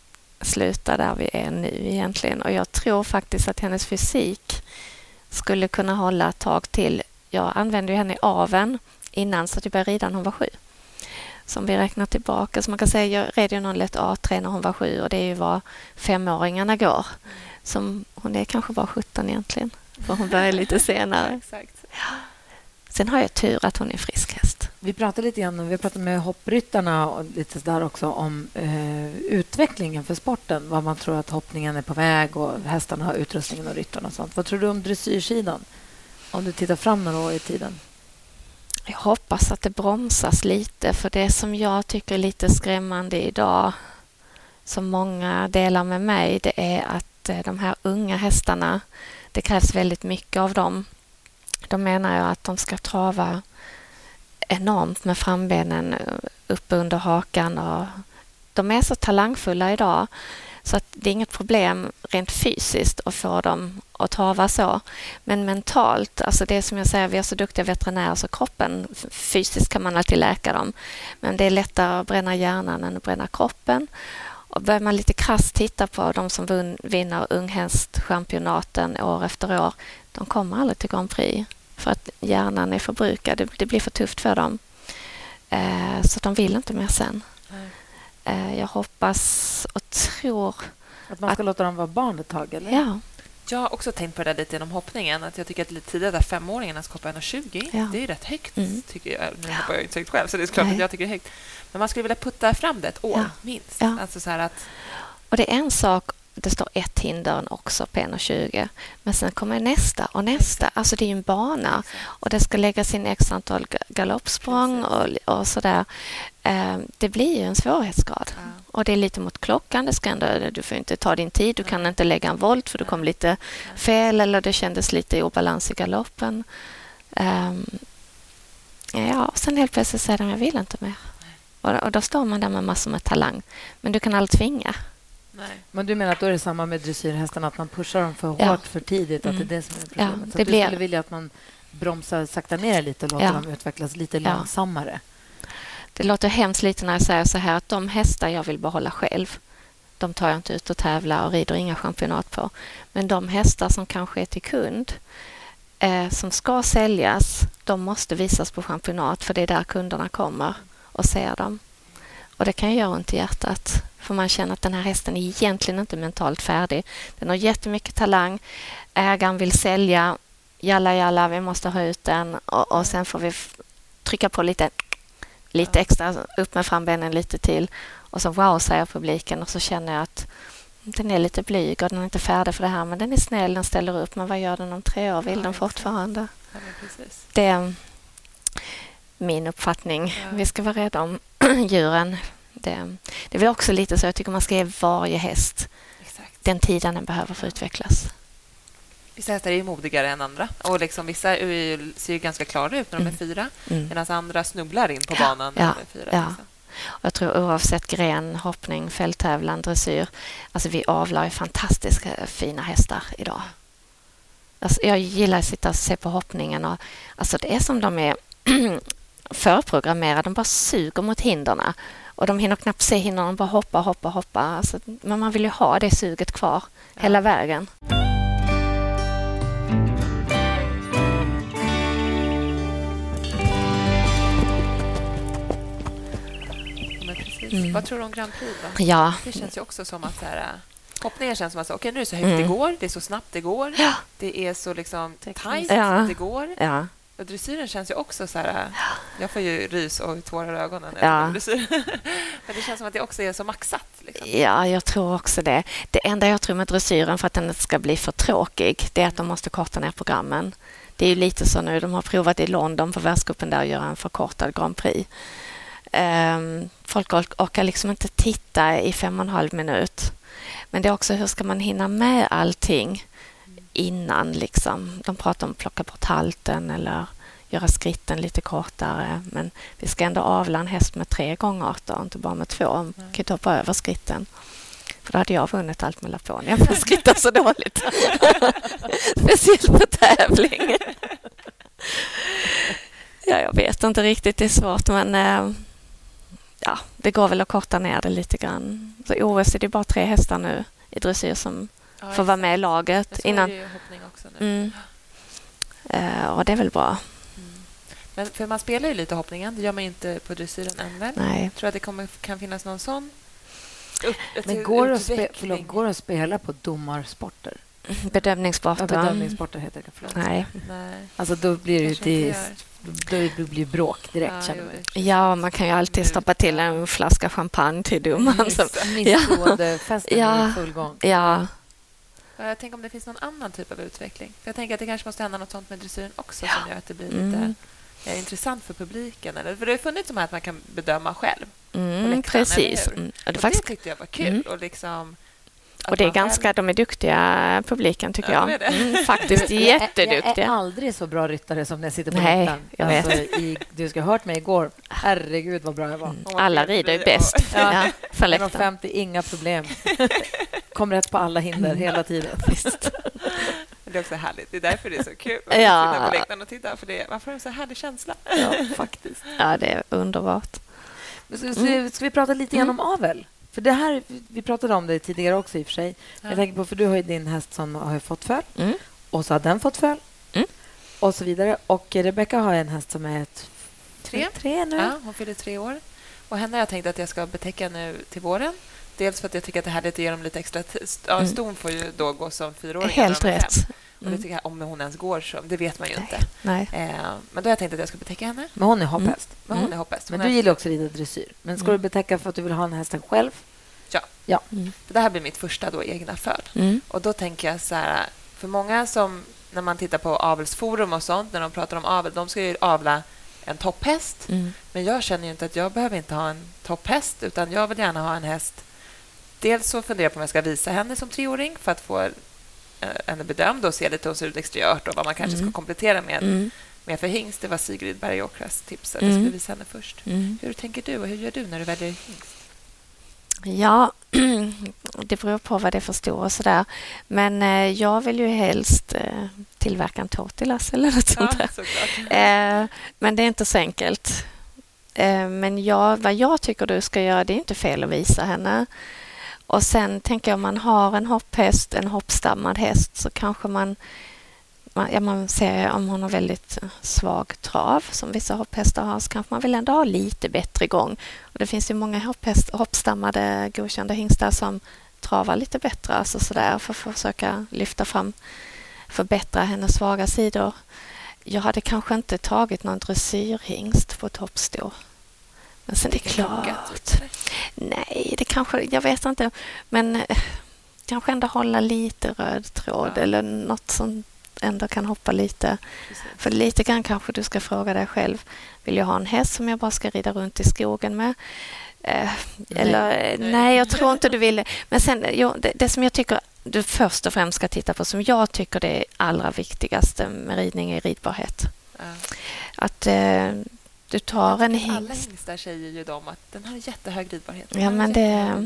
sluta där vi är nu egentligen. Och jag tror faktiskt att hennes fysik skulle kunna hålla ett tag till. Jag använde ju henne i aven innan, så att jag började rida när hon var sju. Som vi räknar tillbaka. Så man kan säga, jag red ju någon lätt A tre när hon var sju, och det är ju vad femåringarna går. Som, hon är kanske bara sjutton egentligen, för hon börjar lite senare. Exakt. Ja. Sen har jag tur att hon är frisk häst. Vi pratade lite grann, vi har pratat med hoppryttarna och lite där också om eh, utvecklingen för sporten. Vad man tror att hoppningen är på väg och hästarna har utrustningen och ryttarna och sånt. Vad tror du om dressyrsidan? Om du tittar fram några år i tiden. Jag hoppas att det bromsas lite, för det som jag tycker är lite skrämmande idag, som många delar med mig, det är att de här unga hästarna, det krävs väldigt mycket av dem. De menar jag att de ska trava enormt med frambenen uppe under hakan. Och de är så talangfulla idag så att det är inget problem rent fysiskt att få dem att trava så. Men mentalt, alltså det som jag säger, vi är så duktiga veterinärer så kroppen, fysiskt kan man alltid läka dem. Men det är lättare att bränna hjärnan än att bränna kroppen. Och börjar man lite krasst titta på de som vun, vinner unghästchampionaten år efter år, de kommer aldrig till Grand Prix för att hjärnan är förbrukad. Det, det blir för tufft för dem. Eh, så de vill inte mer sen. Eh, jag hoppas och tror... Att man ska att, låta dem vara barn ett tag, eller? Ja. Jag har också tänkt på det lite genom hoppningen. Att jag tycker att lite tidigare där femåringarna ska hoppa en tjugo. Ja. Det är rätt högt, mm. tycker jag. Nu ja. hoppar jag inte högt själv, så det är klart Nej. att jag tycker det är högt. Men man skulle vilja putta fram det ett år, ja. minst. Ja. Alltså så här att... Och det är en sak, det står ett hinder också på en tjugo. Men sen kommer nästa och nästa. Exakt. Alltså det är en bana. Exakt. Och det ska läggas in x antal galoppsprång och, och sådär. Eh, det blir ju en svårighetsgrad. Ja. Och det är lite mot klockan. Det ska ändå, du får inte ta din tid. Du ja. kan inte lägga en volt för du kom lite ja. fel eller det kändes lite obalans i galoppen. Eh, ja, och sen helt plötsligt säger de, jag vill inte mer. Och, och då står man där med massor med talang. Men du kan aldrig tvinga. Nej. Men du menar att då är det samma med dressyrhästarna, att man pushar dem för hårt ja. för tidigt, att mm. det är det som är problemet? Ja, det så att du blir... skulle vilja att man bromsar sakta ner lite och låter ja. dem utvecklas lite ja. långsammare? Det låter hemskt lite när jag säger så här, att de hästar jag vill behålla själv, de tar jag inte ut och tävlar och rider inga championat på. Men de hästar som kanske är till kund, eh, som ska säljas, de måste visas på championat, för det är där kunderna kommer och ser dem. Och det kan ju göra ont i hjärtat. För man känner att den här hästen är egentligen inte mentalt färdig. Den har jättemycket talang. Ägaren vill sälja. Jalla, jalla, vi måste ha ut den. Och, och sen får vi f- trycka på lite, lite extra, upp med frambenen lite till. Och så wow, säger publiken. Och så känner jag att den är lite blyg och den är inte färdig för det här. Men den är snäll, den ställer upp. Men vad gör den om tre år? Vill ja, den fortfarande? Ja, precis. Det är min uppfattning. Ja. Vi ska vara rädda om djuren. Det, det är väl också lite så jag tycker man ska ge varje häst Exakt. den tiden den behöver för att utvecklas. Vissa hästar är ju modigare än andra. Och liksom, vissa är ju, ser ju ganska klara ut när de är Mm. fyra. Mm. Medan andra snubblar in på banan när Ja, de är fyra. ja. Liksom. Och jag tror oavsett gren, hoppning, fälttävlan, dressyr. Alltså vi avlar ju fantastiska fina hästar idag. Alltså jag gillar att sitta och se på hoppningen. Och, alltså det är som de är förprogrammerade. De bara suger mot hinderna. Och de hinner knappt se hinderna. De bara hoppa, hoppa, hoppa. Alltså, men man vill ju ha det suget kvar Ja. hela vägen. Men precis. Mm. Vad tror du om Grand Prix då? Ja, Det känns ju också som att så här, hoppningen känns som att så, okej, nu är det så högt Mm. det går, det är så snabbt det går, Ja. det är så liksom Tekniskt. tajt Ja. det går. ja. Och dressyren känns ju också så här... Jag får ju rys och tårar i ögonen när Ja. jag dressyr. Men det känns som att det också är så maxat. Liksom. Ja, jag tror också det. Det enda jag tror med dressyren för att den inte ska bli för tråkig, det är att de måste korta ner programmen. Det är ju lite så nu. De har provat i London på världscupen där att göra en förkortad Grand Prix. Um, folk or- orkar liksom inte titta i fem och en halv minut. Men det är också hur ska man hinna med allting innan liksom. De pratar om att plocka bort halten eller göra skritten lite kortare. Men vi ska ändå avla en häst med tre gångarter, inte bara med två. Man kan ju hoppa över skritten. För då hade jag vunnit allt med Laponia. Jag skrittar så dåligt. Speciellt på tävling. Ja, jag vet inte riktigt. Det är svårt, men eh, ja, det går väl att korta ner det lite grann. Så i O S är det bara tre hästar nu i dressyr som Ja, får vara exakt. med i laget Men så innan. är det ju hoppning också nu. Mm. Eh, och det är väl bra. Mm. Men för man spelar ju lite hoppningen. Det gör man inte på dressyren än väl? Nej. Jag tror att det kommer, kan finnas någon sån upp, Men går det, att spe, utveckling. förlåt, går det att spela på domarsporter? Mm. Bedömningssporter. Ja, bedömningssporter heter det. Förlåt. Nej. Nej, Alltså då blir det ju kanske inte till, gör. då blir det bråk direkt, Ja, känner jo, man. i och för sig. Ja, man kan ju alltid stoppa till en flaska champagne till domaren. som- Misstroendefesten Ja. är i full gång. Ja, Ja, jag tänker om det finns någon annan typ av utveckling. För jag tänker att det kanske måste hända något sånt med dressyren också Ja. som gör att det blir Mm. lite ja, intressant för publiken. Eller? För det har funnits som här att man kan bedöma själv. på mm, läktaren, precis. eller hur? Mm. Och Och det, är faktiskt, det tyckte jag var kul. Mm. Och, liksom, att och det är man ganska, själv- de är duktiga, publiken, tycker Ja, jag. de är det. Mm, faktiskt Jag är, jag är jätteduktiga. aldrig så bra ryttare som när jag sitter på Nej, läktaren. jag vet. Alltså, i, du ska ha hört mig igår. Herregud, vad bra jag var. Mm. Alla rider ju bäst Ja. ja, för en läktaren. femtio, inga problem. Kom rätt på alla hinder hela tiden. Visst. Men det är också härligt. Det är därför det är så kul att Ja. sitta på läktaren och titta. För det, varför har de så härlig känsla? Ja, faktiskt. Ja, det är underbart. Men Ska, ska, ska vi prata lite grann om avel? För det här, vi pratade om det tidigare också i och för sig. Ja. Jag tänker på, för du har ju din häst som har fått föl. Mm. Och så har den fått föl. Mm. Och så vidare. Och Rebecca har en häst som är ett, Tre. tre nu. Ja, hon fyller tre år. Och henne har jag tänkt att jag ska betäcka nu till våren. Dels för att jag tycker att det här lite ger dem lite extra tid. Ja, Mm. Ston får ju då gå som fyraåring. Helt när de är rätt. fem. Och det Mm. tycker jag, om hon ens går så, det vet man ju Nej. inte. Nej. Eh, men då har jag tänkt att jag ska betäcka henne. Men hon är hopphäst. Men hon Mm. är hopphäst. Men Hon du är- gillar också rida dressyr. Men ska Mm. du betäcka för att du vill ha en hästen själv? Mm. Det här blir mitt första då egna föl. Mm. Och då tänker jag så här, för många som, när man tittar på avelsforum och sånt, när de pratar om avel, de ska ju avla en topphäst. Mm. Men jag känner ju inte att jag behöver inte ha en topphäst, utan jag vill gärna ha en häst. Dels så funderar jag på om jag ska visa henne som treåring för att få eh, henne bedömd och se lite hur hon ser ut exteriört och vad man kanske Mm. ska komplettera med, Mm. med för hingst. Det var Sigrid Bergåkras tips att Mm. jag skulle visa henne först. Mm. Hur tänker du och hur gör du när du väljer hingst? Ja, det beror på vad det är för stor och sådär. Men eh, jag vill ju helst eh, tillverka en tortillas eller något sånt där. såklart. Eh, men det är inte så enkelt. Eh, men jag, vad jag tycker du ska göra, det är inte fel att visa henne. Och sen tänker jag om man har en hopphäst, en hoppstammad häst, så kanske man, man, ja, man ser om hon har väldigt svag trav, som vissa hopphästar har, så kanske man vill ändå ha lite bättre gång. Och det finns ju många hopphäst, hoppstammade godkända hingstar som travar lite bättre, alltså sådär, för att försöka lyfta fram, förbättra hennes svaga sidor. Jag hade kanske inte tagit någon dressyrhingst på toppstå. Men sen det är klart. Nej, det kanske, jag vet inte. Men eh, kanske ändå hålla lite röd tråd Ja. eller något som ändå kan hoppa lite. Precis. För lite grann kanske du ska fråga dig själv. Vill jag ha en häst som jag bara ska rida runt i skogen med? Eh, eller, nej. nej, jag tror inte du vill. Men sen, jo, det, det som jag tycker du först och främst ska titta på, som jag tycker det är allra viktigaste med ridning, är ridbarhet. Ja. Att eh, du tar en hingst. Alla hingstar säger ju de att den har jättehög ridbarhet. Ja, men det,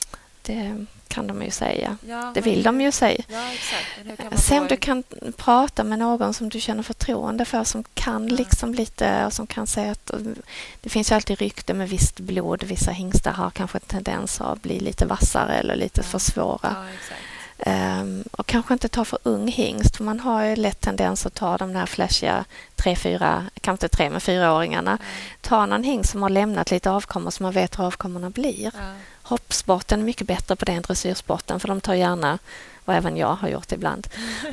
det kan de ju säga. Ja, det vill de ju säga. Ja, exakt. Se om du kan prata med någon som du känner förtroende för, som kan ja. liksom lite och som kan säga att det finns ju alltid rykte med visst blod. Vissa hingstar har kanske en tendens att bli lite vassare eller lite ja. för svåra. Ja, exakt. Um, och kanske inte ta för ung hingst, för man har ju lätt tendens att ta de där flashiga tre, fyra, kanske inte tre, men fyraåringarna. Mm. Ta någon hingst som har lämnat lite avkommor så man vet hur avkommorna blir. Mm. Hoppsporten är mycket bättre på det än dressyrsporten, för de tar gärna, och även jag har gjort ibland,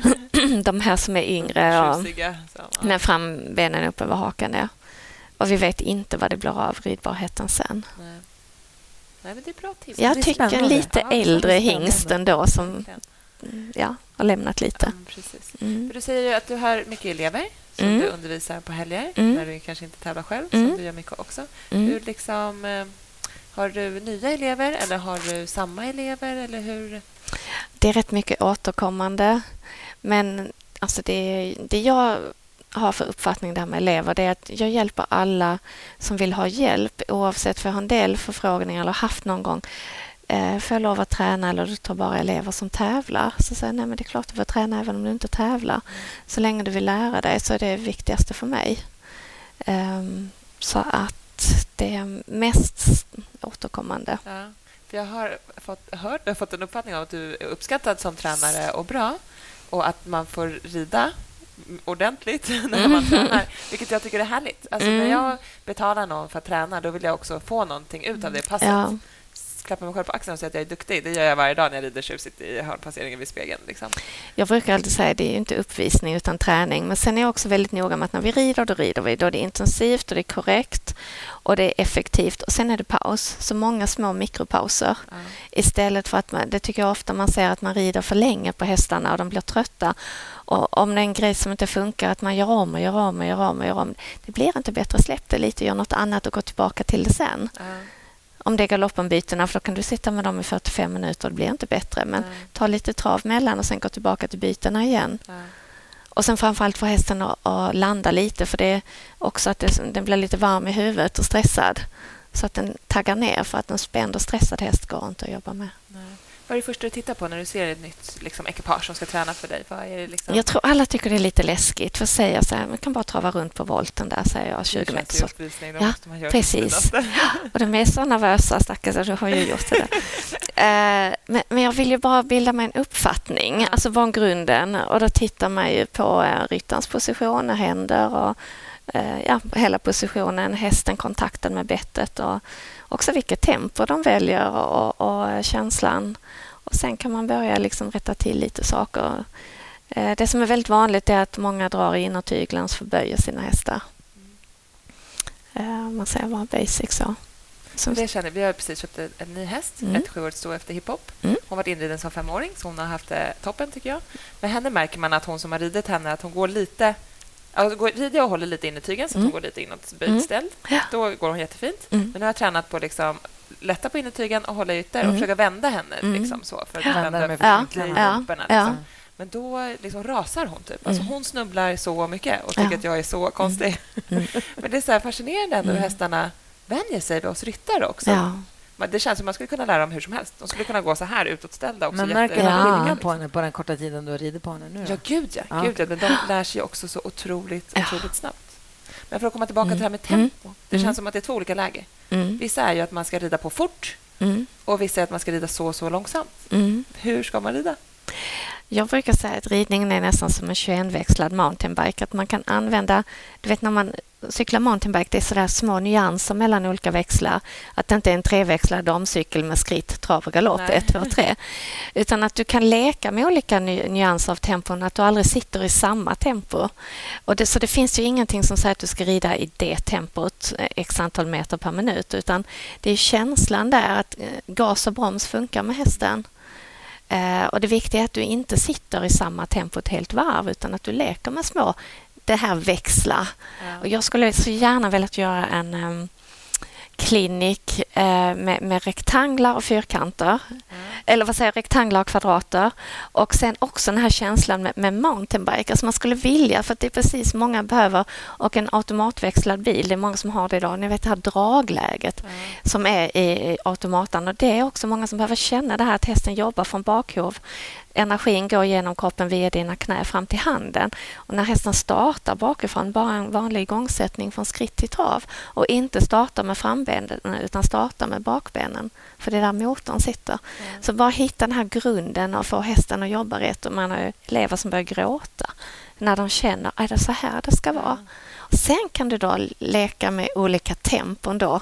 de här som är yngre och Tjusiga, med frambenen upp över hakan. Ja. Och vi vet inte vad det blir av ridbarheten sen. Nej. Nej, men det är bra tips. Jag tycker en lite ja, äldre hingst ändå som ja, har lämnat lite. Ja, precis. Mm. För du säger ju att du har mycket elever som mm. du undervisar på helger mm. när du kanske inte tävlar själv, mm. som du gör mycket också. Mm. Hur liksom, eh, har du nya elever eller har du samma elever? Eller hur? Det är rätt mycket återkommande. Men alltså det, det jag har för uppfattning där med elever, det är att jag hjälper alla som vill ha hjälp, oavsett för jag har en del förfrågningar eller haft någon gång. Eh, får jag lov att träna eller du tar bara elever som tävlar? Så säger jag, nej men det är klart du får träna även om du inte tävlar. Så länge du vill lära dig så är det viktigaste för mig. Eh, så att det är mest återkommande. Ja, för jag har fått, hört, jag har fått en uppfattning av att du är uppskattad som tränare och bra, och att man får rida ordentligt när man tränar, vilket jag tycker är härligt. Alltså mm. när jag betalar någon för att träna, då vill jag också få någonting ut av det passet. Ja. Klappa mig själv på axeln och säga att jag är duktig. Det gör jag varje dag när jag rider tjusigt i hörnpasseringen vid spegeln. Liksom. Jag brukar alltid säga att det är inte uppvisning utan träning. Men sen är jag också väldigt noga med att när vi rider, då rider vi. Då är det intensivt och det är korrekt och det är effektivt. Och sen är det paus. Så många små mikropauser. Ja. Istället för att man, det tycker jag ofta man ser att man rider för länge på hästarna och de blir trötta. Och om det är en grej som inte funkar, att man gör om och gör om och gör om och gör om. Det blir inte bättre. Släpp det lite, gör något annat och gå tillbaka till det sen. Ja. Om det är galoppenbytena, för då kan du sitta med dem i fyrtiofem minuter och det blir inte bättre. Men mm. ta lite trav mellan och sen gå tillbaka till bytena igen. Mm. Och sen framförallt få hästen att, att landa lite, för det är också att det, den blir lite varm i huvudet och stressad. Så att den taggar ner, för att en spänd och stressad häst går inte att jobba med. Mm. Vad är det första du tittar på när du ser ett nytt liksom, ekipage som ska träna för dig? Vad är det liksom? Jag tror alla tycker det är lite läskigt. För att säga så här, man kan bara trava runt på volten där, säger jag, tjugo meter. Så. Ja, precis. Och de är så nervösa, stackars, du har ju gjort det där. uh, men, men jag vill ju bara bilda mig en uppfattning, ja. Alltså barngrunden. Och då tittar man ju på uh, ryttarens position, händer och uh, ja, hela positionen, hästen, kontakten med bettet och också vilket tempo de väljer och, och känslan. Och sen kan man börja liksom rätta till lite saker. Eh, det som är väldigt vanligt är att många drar i innertyglen och förböjer sina hästar. Eh, man säger bara basic så. Som... Det känner, vi har precis köpt en, en ny häst, mm. ett sjuårigt stå efter hiphop. Mm. Hon har varit inriden som femåring, så hon har haft det toppen tycker jag. Men henne märker man att hon som har ridit henne, att hon går lite... Alltså, går, rider och håller lite in i tygen så att mm. hon går lite inåt böjställd. Mm. Då går hon jättefint. Mm. Men nu har jag tränat på liksom lätta på innertygen och hålla ytter mm. och försöka vända henne mm. liksom så för att vända med ja. Ja. Lumperna, liksom. Ja. Men då liksom rasar hon typ. Alltså, hon snubblar så mycket och tycker ja. att jag är så konstig. Mm. Men det är så här fascinerande ändå hur hästarna vänjer sig vid oss ryttare också. Ja. Det känns som man skulle kunna lära dem hur som helst. De skulle kunna gå så här utåtställda också. Men märker man skillnad på henne på den korta tiden du har ridit på henne nu? Då? Ja, gud ja. ja. Gud, ja. Men de lär sig också så otroligt, ja. otroligt snabbt. Men för att komma tillbaka mm. till det här med tempo. Mm. Det känns mm. som att det är två olika läger. Mm. Vissa är ju att man ska rida på fort mm. och vissa är att man ska rida så så långsamt. Mm. Hur ska man rida? Jag brukar säga att ridningen är nästan som en tjugoen-växlad mountainbike. Att man kan använda, du vet när man cyklar mountainbike, det är sådär små nyanser mellan olika växlar. Att det inte är en treväxlad damcykel med skritt, trav och galopp, ett, två, tre. Utan att du kan leka med olika ny- nyanser av tempon, att du aldrig sitter i samma tempo. Och det, så det finns ju ingenting som säger att du ska rida i det tempot x antal meter per minut. Utan det är känslan där att gas och broms funkar med hästen. Uh, och det viktiga är att du inte sitter i samma tempo ett helt varv utan att du leker med små, det här växla. Ja. Och jag skulle så gärna vilja göra en um, clinic eh, med, med rektanglar och fyrkanter. Mm. Eller vad säger jag, rektanglar och kvadrater. Och sen också den här känslan med, med mountainbike. Alltså man skulle vilja, för att det är precis många behöver. Och en automatväxlad bil, det är många som har det idag. Ni vet det här dragläget mm. som är i, i automaten. Och det är också många som behöver känna det här att hästen jobbar från bakhov. Energin går genom kroppen via dina knä fram till handen. Och när hästen startar bakifrån, bara en vanlig igångsättning från skritt till trav. Och inte startar med frambenen utan startar med bakbenen. För det är där motorn sitter. Mm. Så bara hitta den här grunden och få hästen att jobba rätt. Och man har elever som börjar gråta när de känner att det är så här det ska vara. Mm. Och sen kan du då leka med olika tempon då.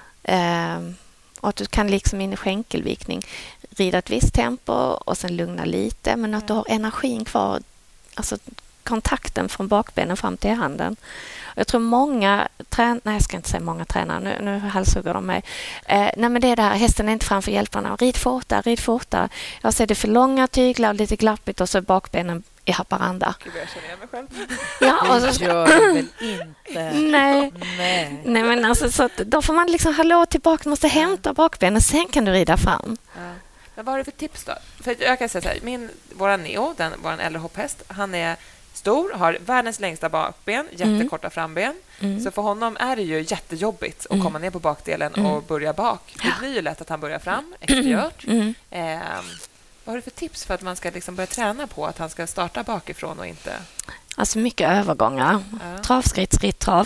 Ehm, och att du kan liksom in i skänkelvikning rida ett visst tempo och sen lugna lite. Men att du har energin kvar, alltså kontakten från bakbenen fram till handen. Jag tror många tränare, nej jag ska inte säga många tränare, nu, nu halshugger de mig. Eh, nej men det är det här, hästen är inte framför hjälparna. Rid fortare, rid fortare. Jag ser det för långa tyglar och lite glappigt och så bakbenen i Haparanda. Gud, jag känner igen mig själv. Ja, och så det gör du väl inte? Nej. Nej. Nej men alltså så att då får man liksom hallå tillbaka, måste hämta bakbenen, sen kan du rida fram. Ja. Men vad har du för tips då? För jag kan säga så här, min, våran Neo, den, våran äldre hopphäst, han är stor, har världens längsta bakben, jättekorta mm. framben. Mm. Så för honom är det ju jättejobbigt att mm. komma ner på bakdelen mm. och börja bak. Det blir ju lätt att han börjar fram, exteriört. Mm. Eh, vad har du för tips för att man ska liksom börja träna på att han ska starta bakifrån och inte... Alltså mycket övergångar. Ja. Trav, skritt, skritt, trav.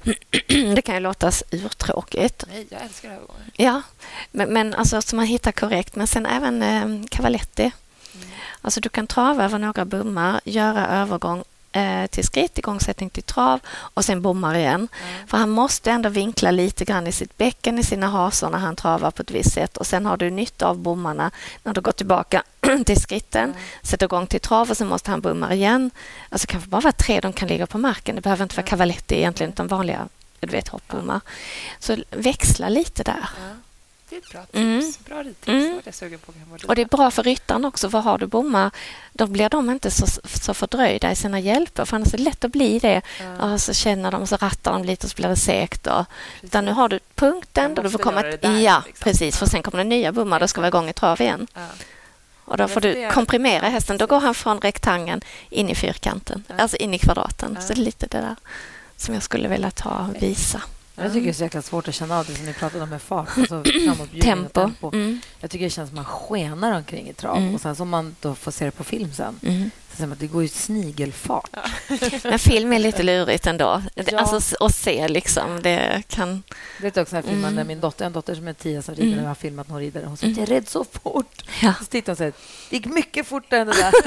Det kan ju låta urtråkigt. Nej, jag älskar övergångar. Ja, men, men alltså så man hittar korrekt. Men sen även eh, cavaletti. Mm. Alltså du kan trava över några bommar, göra övergång eh, till skritt, igångsättning till trav och sen bommar igen. Mm. För han måste ändå vinkla lite grann i sitt bäcken, i sina hasor när han travar på ett visst sätt. Och sen har du nytta av bommarna när du går tillbaka till skritten, mm. sätter igång till trav och sen måste han bomma igen. Alltså kanske bara vara tre de kan ligga på marken. Det behöver inte vara cavaletti egentligen utan vanliga, du vet, hoppbommar. Ja. Så växla lite där. Ja. Det är ett bra tips. Mm. Bra tips. Mm. Jag suger på och det är bra för ryttaren också. Vad har du bommar? Då blir de inte så, så fördröjda i sina hjälper. För annars är det lätt att bli det. Ja. Och så känner de och så rattar de lite och så blir det segt. Och, utan nu har du punkten. Då du får komma ett, där, ja, liksom. Precis. För sen kommer det nya bommar. Då ska vara igång i trav igen. Ja. Och då får du komprimera hästen. Då går han från rektangeln in i fyrkanten. Ja. Alltså in i kvadraten. Ja. Så det är lite det där som jag skulle vilja ta och visa. Jag tycker det är så jäkla svårt att känna av det som ni pratade om med fart. Alltså tempo. tempo. Mm. Jag tycker det känns som man skenar omkring i trav. Mm. Och sen som man då får se det på film sen. Mm. Så ser man att det går ju snigelfart. Ja. Men film är lite lurigt ändå. Ja. Alltså att se liksom. Det kan... Det är också en film mm. där min dotter, en dotter som är tio som rider. Mm. Jag har filmat när hon rider. Hon säger, jag är rädd så fort. Ja. Så tittar hon och säger, det gick mycket fortare än det där.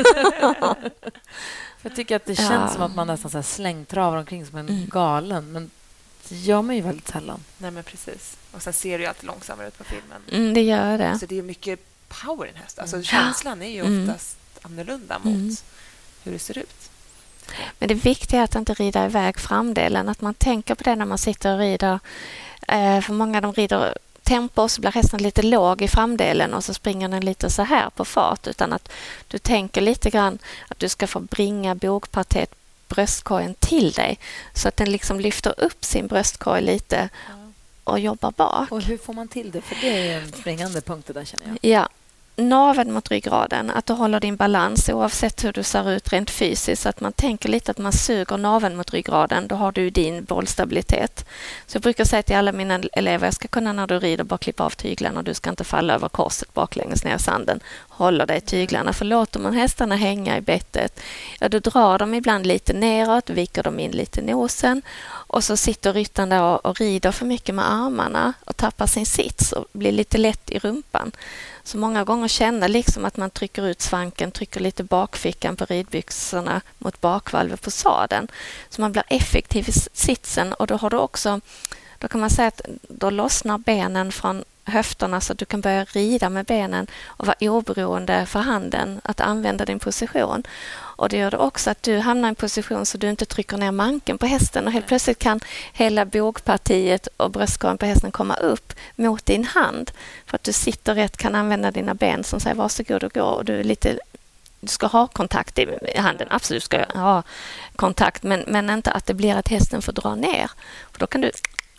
För jag tycker att det känns ja. som att man nästan så här slängtravar omkring som en mm. galen. Men det gör man ju väldigt sällan. Nej, men precis. Och sen ser det ju alltid långsammare ut på filmen. Mm, det gör det. Så det är mycket power i en häst. Alltså, mm. känslan är ju oftast mm. annorlunda mot mm. hur det ser ut. Men det viktiga är att inte rida iväg framdelen. Att man tänker på det när man sitter och rider. Eh, för många de rider tempo så blir hästen lite låg i framdelen och så springer den lite så här på fart. Utan att du tänker lite grann att du ska få bringa bogpartiet bröstkorgen till dig så att den liksom lyfter upp sin bröstkorg lite och jobbar bak. Och hur får man till det? För det är en springande punkt där, känner jag. Ja, naveln mot ryggraden, att du håller din balans oavsett hur du ser ut rent fysiskt. Så att man tänker lite att man suger naveln mot ryggraden, då har du din bollstabilitet. Så jag brukar säga till alla mina elever, jag ska kunna när du rider bara klippa av tyglarna och du ska inte falla över korset baklänges ner i sanden. Håller dig tyglarna, för låter man hästarna hänga i bettet, ja, då drar de ibland lite neråt, viker de in lite nosen och så sitter ryttaren där och, och rider för mycket med armarna och tappar sin sits och blir lite lätt i rumpan. Så många gånger känner liksom att man trycker ut svanken, trycker lite bakfickan på ridbyxorna mot bakvalvet på sadeln. Så man blir effektiv i sitsen och då har du också, då kan man säga att då lossnar benen från höfterna så att du kan börja rida med benen och vara oberoende för handen att använda din position. Och det gör det också att du hamnar i en position så du inte trycker ner manken på hästen och helt plötsligt kan hela bogpartiet och bröstkorgen på hästen komma upp mot din hand för att du sitter rätt, kan använda dina ben som säger varsågod och gå och du är lite, du ska ha kontakt i handen, absolut ska ha kontakt men, men inte att det blir att hästen får dra ner för då kan du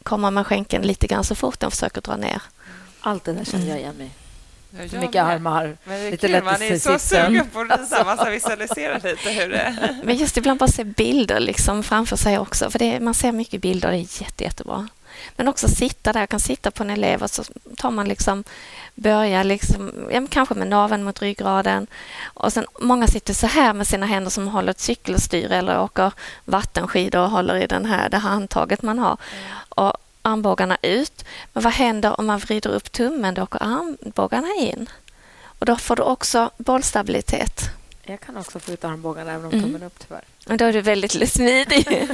komma med skänken lite grann så fort den försöker dra ner. Allt det där känner jag igen mig. Jag För mycket med. armar. Men det är lite kul, lätt man att är se så sitta. sugen på att rita, man ska visualisera lite hur det Men just ibland bara se bilder liksom framför sig också. För det, man ser mycket bilder och det är jätte, jättebra. Men också sitta där, jag kan sitta på en elev och så tar man liksom, börja liksom, ja, kanske med naveln mot ryggraden. Och sen många sitter så här med sina händer som håller ett cykelstyr eller åker vattenskidor och håller i den här, det här handtaget man har. Mm. Och armbågarna ut. Men vad händer om man vrider upp tummen? Då åker armbågarna in. Och då får du också bollstabilitet. Jag kan också få ut armbågarna även om Mm. tummen upp tyvärr. Och då är du väldigt smidig.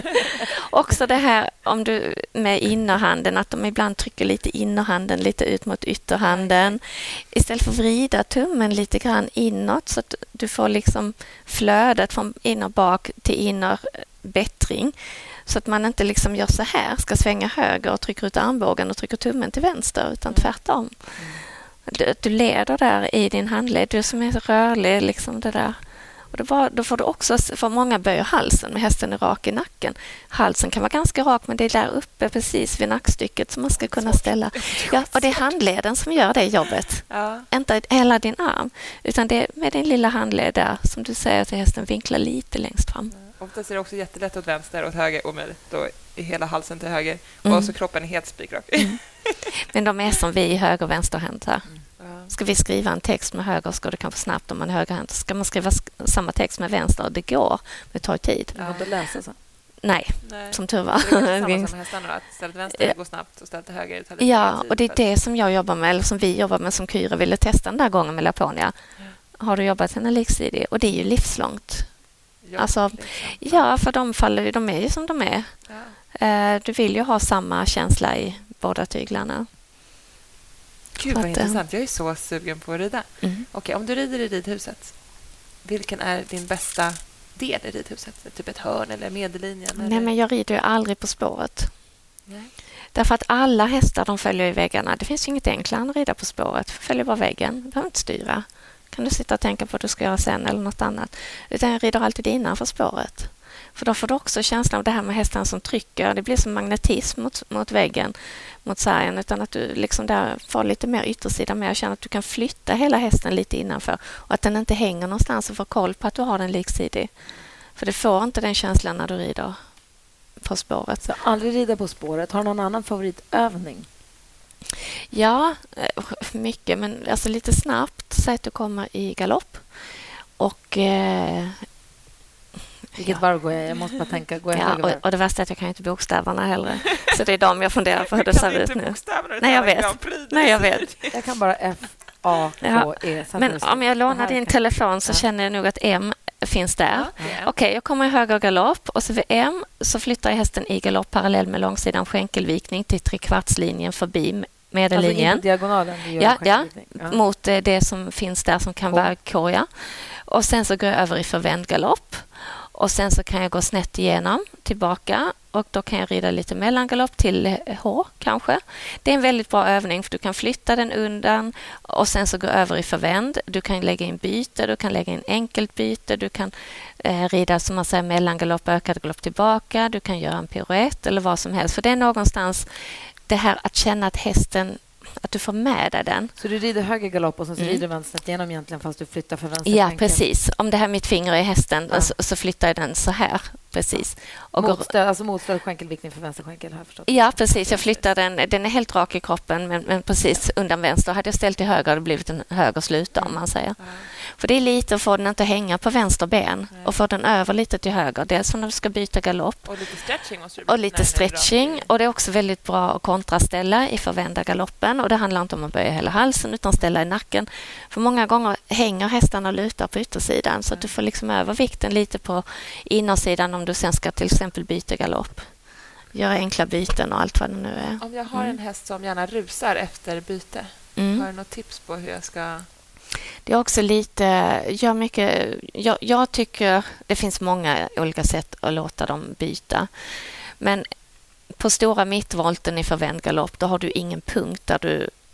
Också det här om du med innerhanden, att de ibland trycker lite innerhanden lite ut mot ytterhanden. Istället för att vrida tummen lite grann inåt så att du får liksom flödet från inner bak till inner bättring. Så att man inte liksom gör så här, ska svänga höger och trycker ut armbågen och trycker tummen till vänster, utan tvärtom. Mm. Du, du leder där i din handled, du som är så rörlig, liksom det där. Och då, var, då får du också, för många böjer halsen med hästen är rak i nacken. Halsen kan vara ganska rak, men det är där uppe precis vid nackstycket som man ska kunna ställa. Ja, och det är handleden som gör det jobbet. Ja. Inte hela din arm, utan det är med din lilla handled där som du säger till hästen vinkla lite längst fram. Ja. Ofta är det också jättelätt åt vänster, åt höger, omöjligt. Då är hela halsen till höger mm. och så kroppen är helt spikrak. Mm. Men de är som vi höger- och vänsterhänta. Mm. Ja. Ska vi skriva en text med höger ska det kanske snabbt om man är högerhänt. Ska man skriva sk- samma text med vänster, det går, men det tar tid. Det går inte att läsa så. Nej, Nej, som tur var. Det är samma som hästarna, att ställa till vänster ja. går snabbt och ställa till höger tar lite ja, tid. Och det är det som jag jobbar med, eller som vi jobbar med, som Kyra ville testa den där gången med Laponia. Ja. Har du jobbat henne liksidig? Och det är ju livslångt. Ja, alltså, ja, för de faller, de är ju som de är. Ja. Du vill ju ha samma känsla i båda tyglarna. Gud, vad att, intressant. Jag är så sugen på att rida. Mm. Okej, om du rider i ridhuset, vilken är din bästa del i ridhuset? Typ ett hörn eller medellinjen? Nej, eller? men jag rider ju aldrig på spåret. Nej. Därför att alla hästar, de följer i väggarna. Det finns ju inget enklare än att rida på spåret. Följer bara väggen. Du behöver inte styra. Kan du sitta och tänka på vad du ska göra sen eller något annat. Utan jag rider alltid innanför spåret. För då får du också känslan av det här med hästarna som trycker. Det blir som magnetism mot, mot väggen, mot sargen. Utan att du liksom där får lite mer yttersida med och känner att du kan flytta hela hästen lite innanför. Och att den inte hänger någonstans och får koll på att du har den liksidig. För det får inte den känslan när du rider på spåret. Så aldrig rida på spåret. Har du någon annan favoritövning? Ja, mycket. Men alltså lite snabbt. Säg att du kommer i galopp. Och... Eh, Vilket varv går jag? Jag måste bara tänka. Går jag ja, och, och det värsta är att jag kan inte bokstäverna heller. Så det är de jag funderar på hur det ser ut nu. Nej, jag vet. Nej, jag vet. Jag kan bara F, A, K, E. Ja. Men om jag lånar din telefon så ja. känner jag nog att M finns där. Ja. Okej, okay, jag kommer i höger galopp och så vid M så flyttar jag hästen i galopp parallell med långsidan skänkelvikning till trekvartslinjen förbi medellinjen. Alltså diagonalen? Ja, ja, ja, mot det som finns där som kan K. vara K. Ja. Och sen så går jag över i förvänd galopp. Och sen så kan jag gå snett igenom tillbaka och då kan jag rida lite mellangalopp till H kanske. Det är en väldigt bra övning för du kan flytta den undan och sen så gå över i förvänd. Du kan lägga in byte, du kan lägga in enkelt byte, du kan eh, rida som man säger mellangalopp, ökad galopp tillbaka, du kan göra en piruett eller vad som helst. För det är någonstans det här att känna att hästen att du får med dig den. Så du rider höger galopp och sen så mm. rider vänster genom egentligen fast du flyttar för vänster? Ja, precis. Om det här mitt finger är hästen ja. så, så flyttar jag den så här. Precis. Och motställ, alltså motställ skänkelviktning för vänster skänkel har jag förstått. Ja, precis. Jag flyttar den. Den är helt rak i kroppen men, men precis ja. undan vänster. Hade jag ställt till höger hade det blivit en höger sluta mm. om man säger. Ja. För det är lite att få den inte hänga på vänster ben ja. och få den över lite till höger. Dels när du ska byta galopp. Och lite stretching. Måste du och lite stretching. Och det är också väldigt bra att kontraställa i förvända galoppen. Och det handlar inte om att böja hela halsen utan ställa i nacken. För många gånger hänger hästarna och lutar på yttersidan så att du får liksom över vikten lite på innersidan om du sen ska till exempel byta galopp. Göra enkla byten och allt vad det nu är. Om jag har en häst som gärna rusar efter byte, mm. har du något tips på hur jag ska... Det är också lite... Jag, mycket, jag, jag tycker det finns många olika sätt att låta dem byta. Men på stora mittvolten i förvänd galopp då har du ingen punkt där du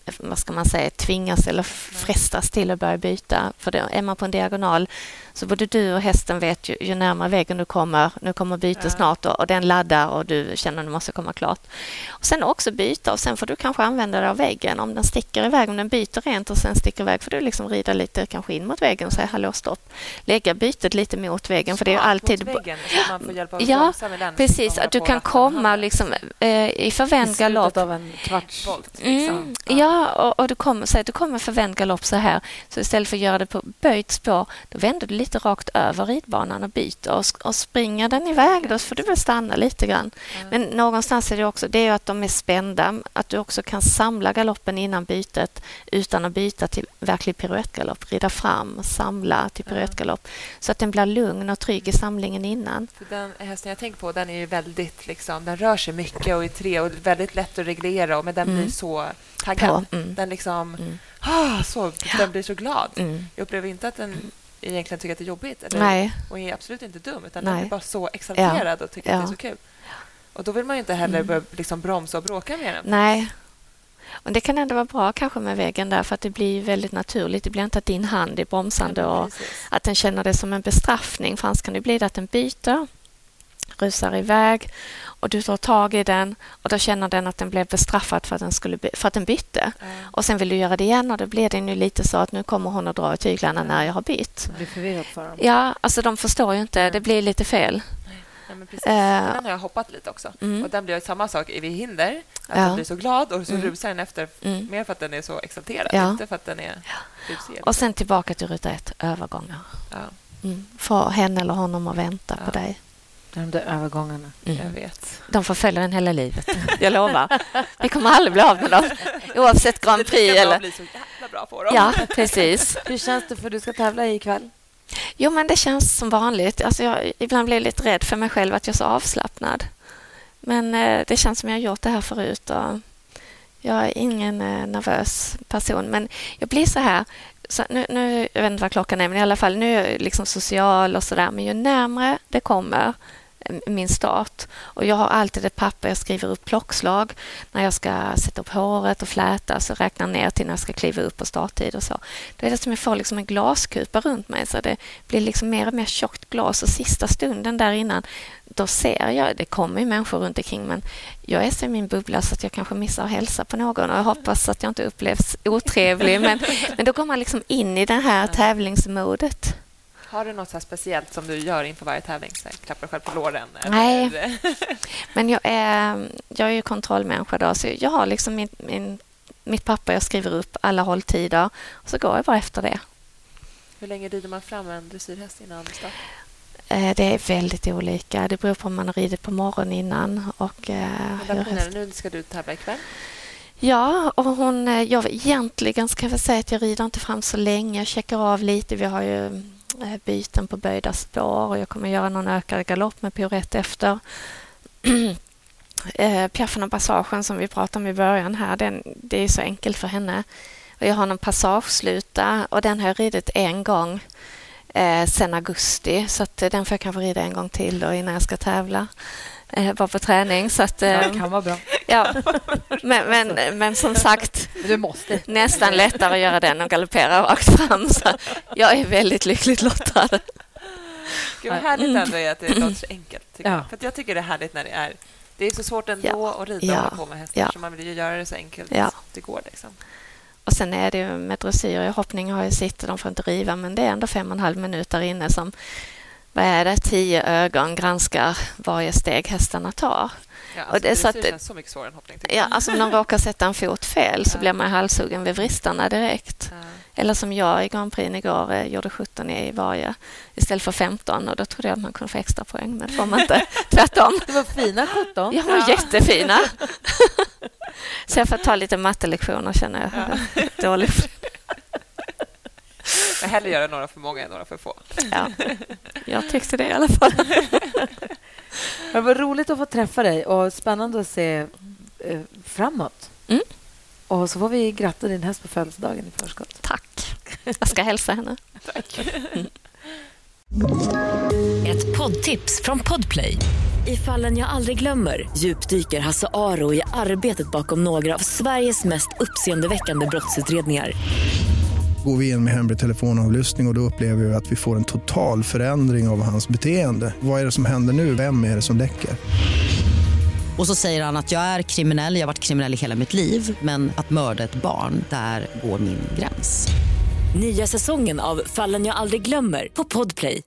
vad ska man säga, tvingas eller frestas till att börja byta. För det, är man på en diagonal så både du och hästen vet ju, ju närmare väggen du kommer, nu kommer byta ja. snart och, och den laddar och du känner att du måste komma klart. Och sen också byta och sen får du kanske använda det av väggen. Om den sticker iväg, om den byter rent och sen sticker iväg får du liksom rida lite kanske in mot väggen och säga hallå stopp. Lägga bytet lite mot väggen. För det är ju alltid... Mot väggen, så man får hjälp av ja, med den, precis. Att du kan komma liksom, eh, i förvänd galopp. av en kvartsvolt. Liksom. Mm, ja, ja och, och du kommer, så du kommer förvänd galopp så här. Så istället för att göra det på böjt spår, då vänder du lite rakt över ridbanan och byter. Och, och springer den iväg, då får du väl stanna lite grann. Mm. Men någonstans är det också, det är ju att de är spända. Att du också kan samla galoppen innan bytet utan att byta till verklig piruettgalopp. Rida fram, samla till piruettgalopp. Så att den blir lugn och trygg i samlingen innan. För den hästen jag tänker på, den är ju väldigt liksom, den rör sig mycket och i tre och väldigt lätt att reglera, men den mm. blir så taggad. Mm. Den liksom mm. ah, så, den blir så glad. Mm. Jag upplever inte att den mm. egentligen tycker att det är jobbigt eller, Nej. och är absolut inte dum, utan Nej. den är bara så exalterad ja. och tycker ja. att det är så kul. Och då vill man ju inte heller mm. börja liksom bromsa och bråka med den. Nej. Och det kan ändå vara bra kanske med vägen där, för att det blir väldigt naturligt. Det blir inte att din hand är bromsande ja, och att den känner det som en bestraffning. För annars kan det bli att den byter, rusar iväg och du tar tag i den och då känner den att den blev bestraffad för att den, skulle by- för att den bytte. Mm. Och sen vill du göra det igen och då blir det nu lite så att nu kommer hon att dra i tyglarna mm. när jag har bytt. Det blir förvirrat för dem. Ja, alltså de förstår ju inte. Mm. Det blir lite fel. Ja, men precis. Uh, den har jag hoppat lite också. Mm. Och den blir samma sak vid hinder. Att ja. den blir så glad och så mm. rusar den efter mm. mer för att den är så exalterad. Ja. Inte för att den är busig. Och sen tillbaka till ruta ett, övergångar. Ja. Mm. Få henne eller honom att vänta ja. på dig. De där övergångarna. Mm. Jag vet. De får följa den hela livet. Jag lovar. Vi kommer aldrig bli av med dem. Oavsett Grand Prix. Det eller... bli så jävla bra på dem. Ja, precis. Hur känns det för du ska tävla ikväll? Jo, men det känns som vanligt. Alltså jag ibland blir lite rädd för mig själv att jag är så avslappnad. Men eh, det känns som jag har gjort det här förut. Och jag är ingen eh, nervös person. Men jag blir så här... Så nu, nu, jag vet inte vad klockan är, men i alla fall nu är jag liksom social och sådär. Men ju närmare det kommer min start, och jag har alltid ett papper jag skriver upp klockslag när jag ska sätta upp håret och fläta, så räknar ner till när jag ska kliva upp på starttid och så. Då är det som jag får liksom en glaskupa runt mig, så det blir liksom mer och mer tjockt glas, och sista stunden där innan då ser jag, det kommer ju människor runt omkring, men jag är så i min bubbla så att jag kanske missar att hälsa på någon, och jag hoppas att jag inte upplevs otrevlig, men, men då går man liksom in i det här tävlingsmodet. Har du något så här speciellt som du gör inför varje tävling? Så här, klappar själv på låren? Eller? Nej, men jag är, jag är ju kontrollmänniska då, så jag har liksom min, min, mitt papper, jag skriver upp alla hålltider och så går jag bara efter det. Hur länge rider man fram en dressyrhäst innan start? Det är väldigt olika. Det beror på om man har ridit på morgonen innan. Och, men hur nu ska du tävla ikväll? Ja, och hon, jag egentligen ska jag säga att jag rider inte fram så länge. Jag checkar av lite. Vi har ju byten på böjda spår och jag kommer göra någon ökad galopp med piorett efter. Piaffen och passagen som vi pratade om i början här, den, det är så enkelt för henne. Och jag har någon passagesluta och den har jag ridit en gång eh, sen augusti, så att den får jag kanske rida en gång till då innan jag ska tävla. Eh, bara på träning. Så att, eh, ja, det kan vara bra. Ja. Men, men, men som sagt, du måste. Nästan lättare att göra den och galoppera rakt fram. Så jag är väldigt lyckligt lottad. Gud, vad härligt ändå är att det låter så enkelt. Tycker ja. jag. För att jag tycker det är härligt när det är... Det är så svårt ändå ja. att rida ja. och hålla på med hästar, ja. så man vill ju göra det så enkelt ja. det går. Liksom. Och sen är det ju med dressyr och hoppning har jag sitter, de får inte riva, men det är ändå fem och en halv minut där inne som, vad är det, tio ögon granskar varje steg hästarna tar. Ja, alltså, och det, så att, känns så mycket svårare än hoppning. Ja, alltså om de råkar sätta en fot fel så ja. blir man halshuggen vid vristarna direkt. Ja. Eller som jag i Grand Prix igår eh, gjorde sjutton i varje istället för femton, och då trodde jag att man kunde få extra poäng, men det får man inte. Tvärtom. Det var fina sjutton. Ja, de var ja. jättefina. Så jag får ta lite mattelektioner, känner jag. Ja. Dåligt. Men hellre göra några för många än några för få. Ja, jag tyckte det i alla fall. Det var roligt att få träffa dig och spännande att se eh, framåt. Mm. Och så får vi gratta din häst på födelsedagen i förskott. Tack. Jag ska hälsa henne. Tack. Mm. Ett poddtips från Podplay. I Fallen jag aldrig glömmer djupdyker Hasse Aro i arbetet bakom några av Sveriges mest uppseendeväckande brottsutredningar. Går vi in med hemlig telefonavlyssning och, och då upplever vi att vi får en total förändring av hans beteende. Vad är det som händer nu? Vem är det som läcker? Och så säger han att jag är kriminell, jag har varit kriminell i hela mitt liv. Men att mörda ett barn, där går min gräns. Nya säsongen av Fallen jag aldrig glömmer på Podplay.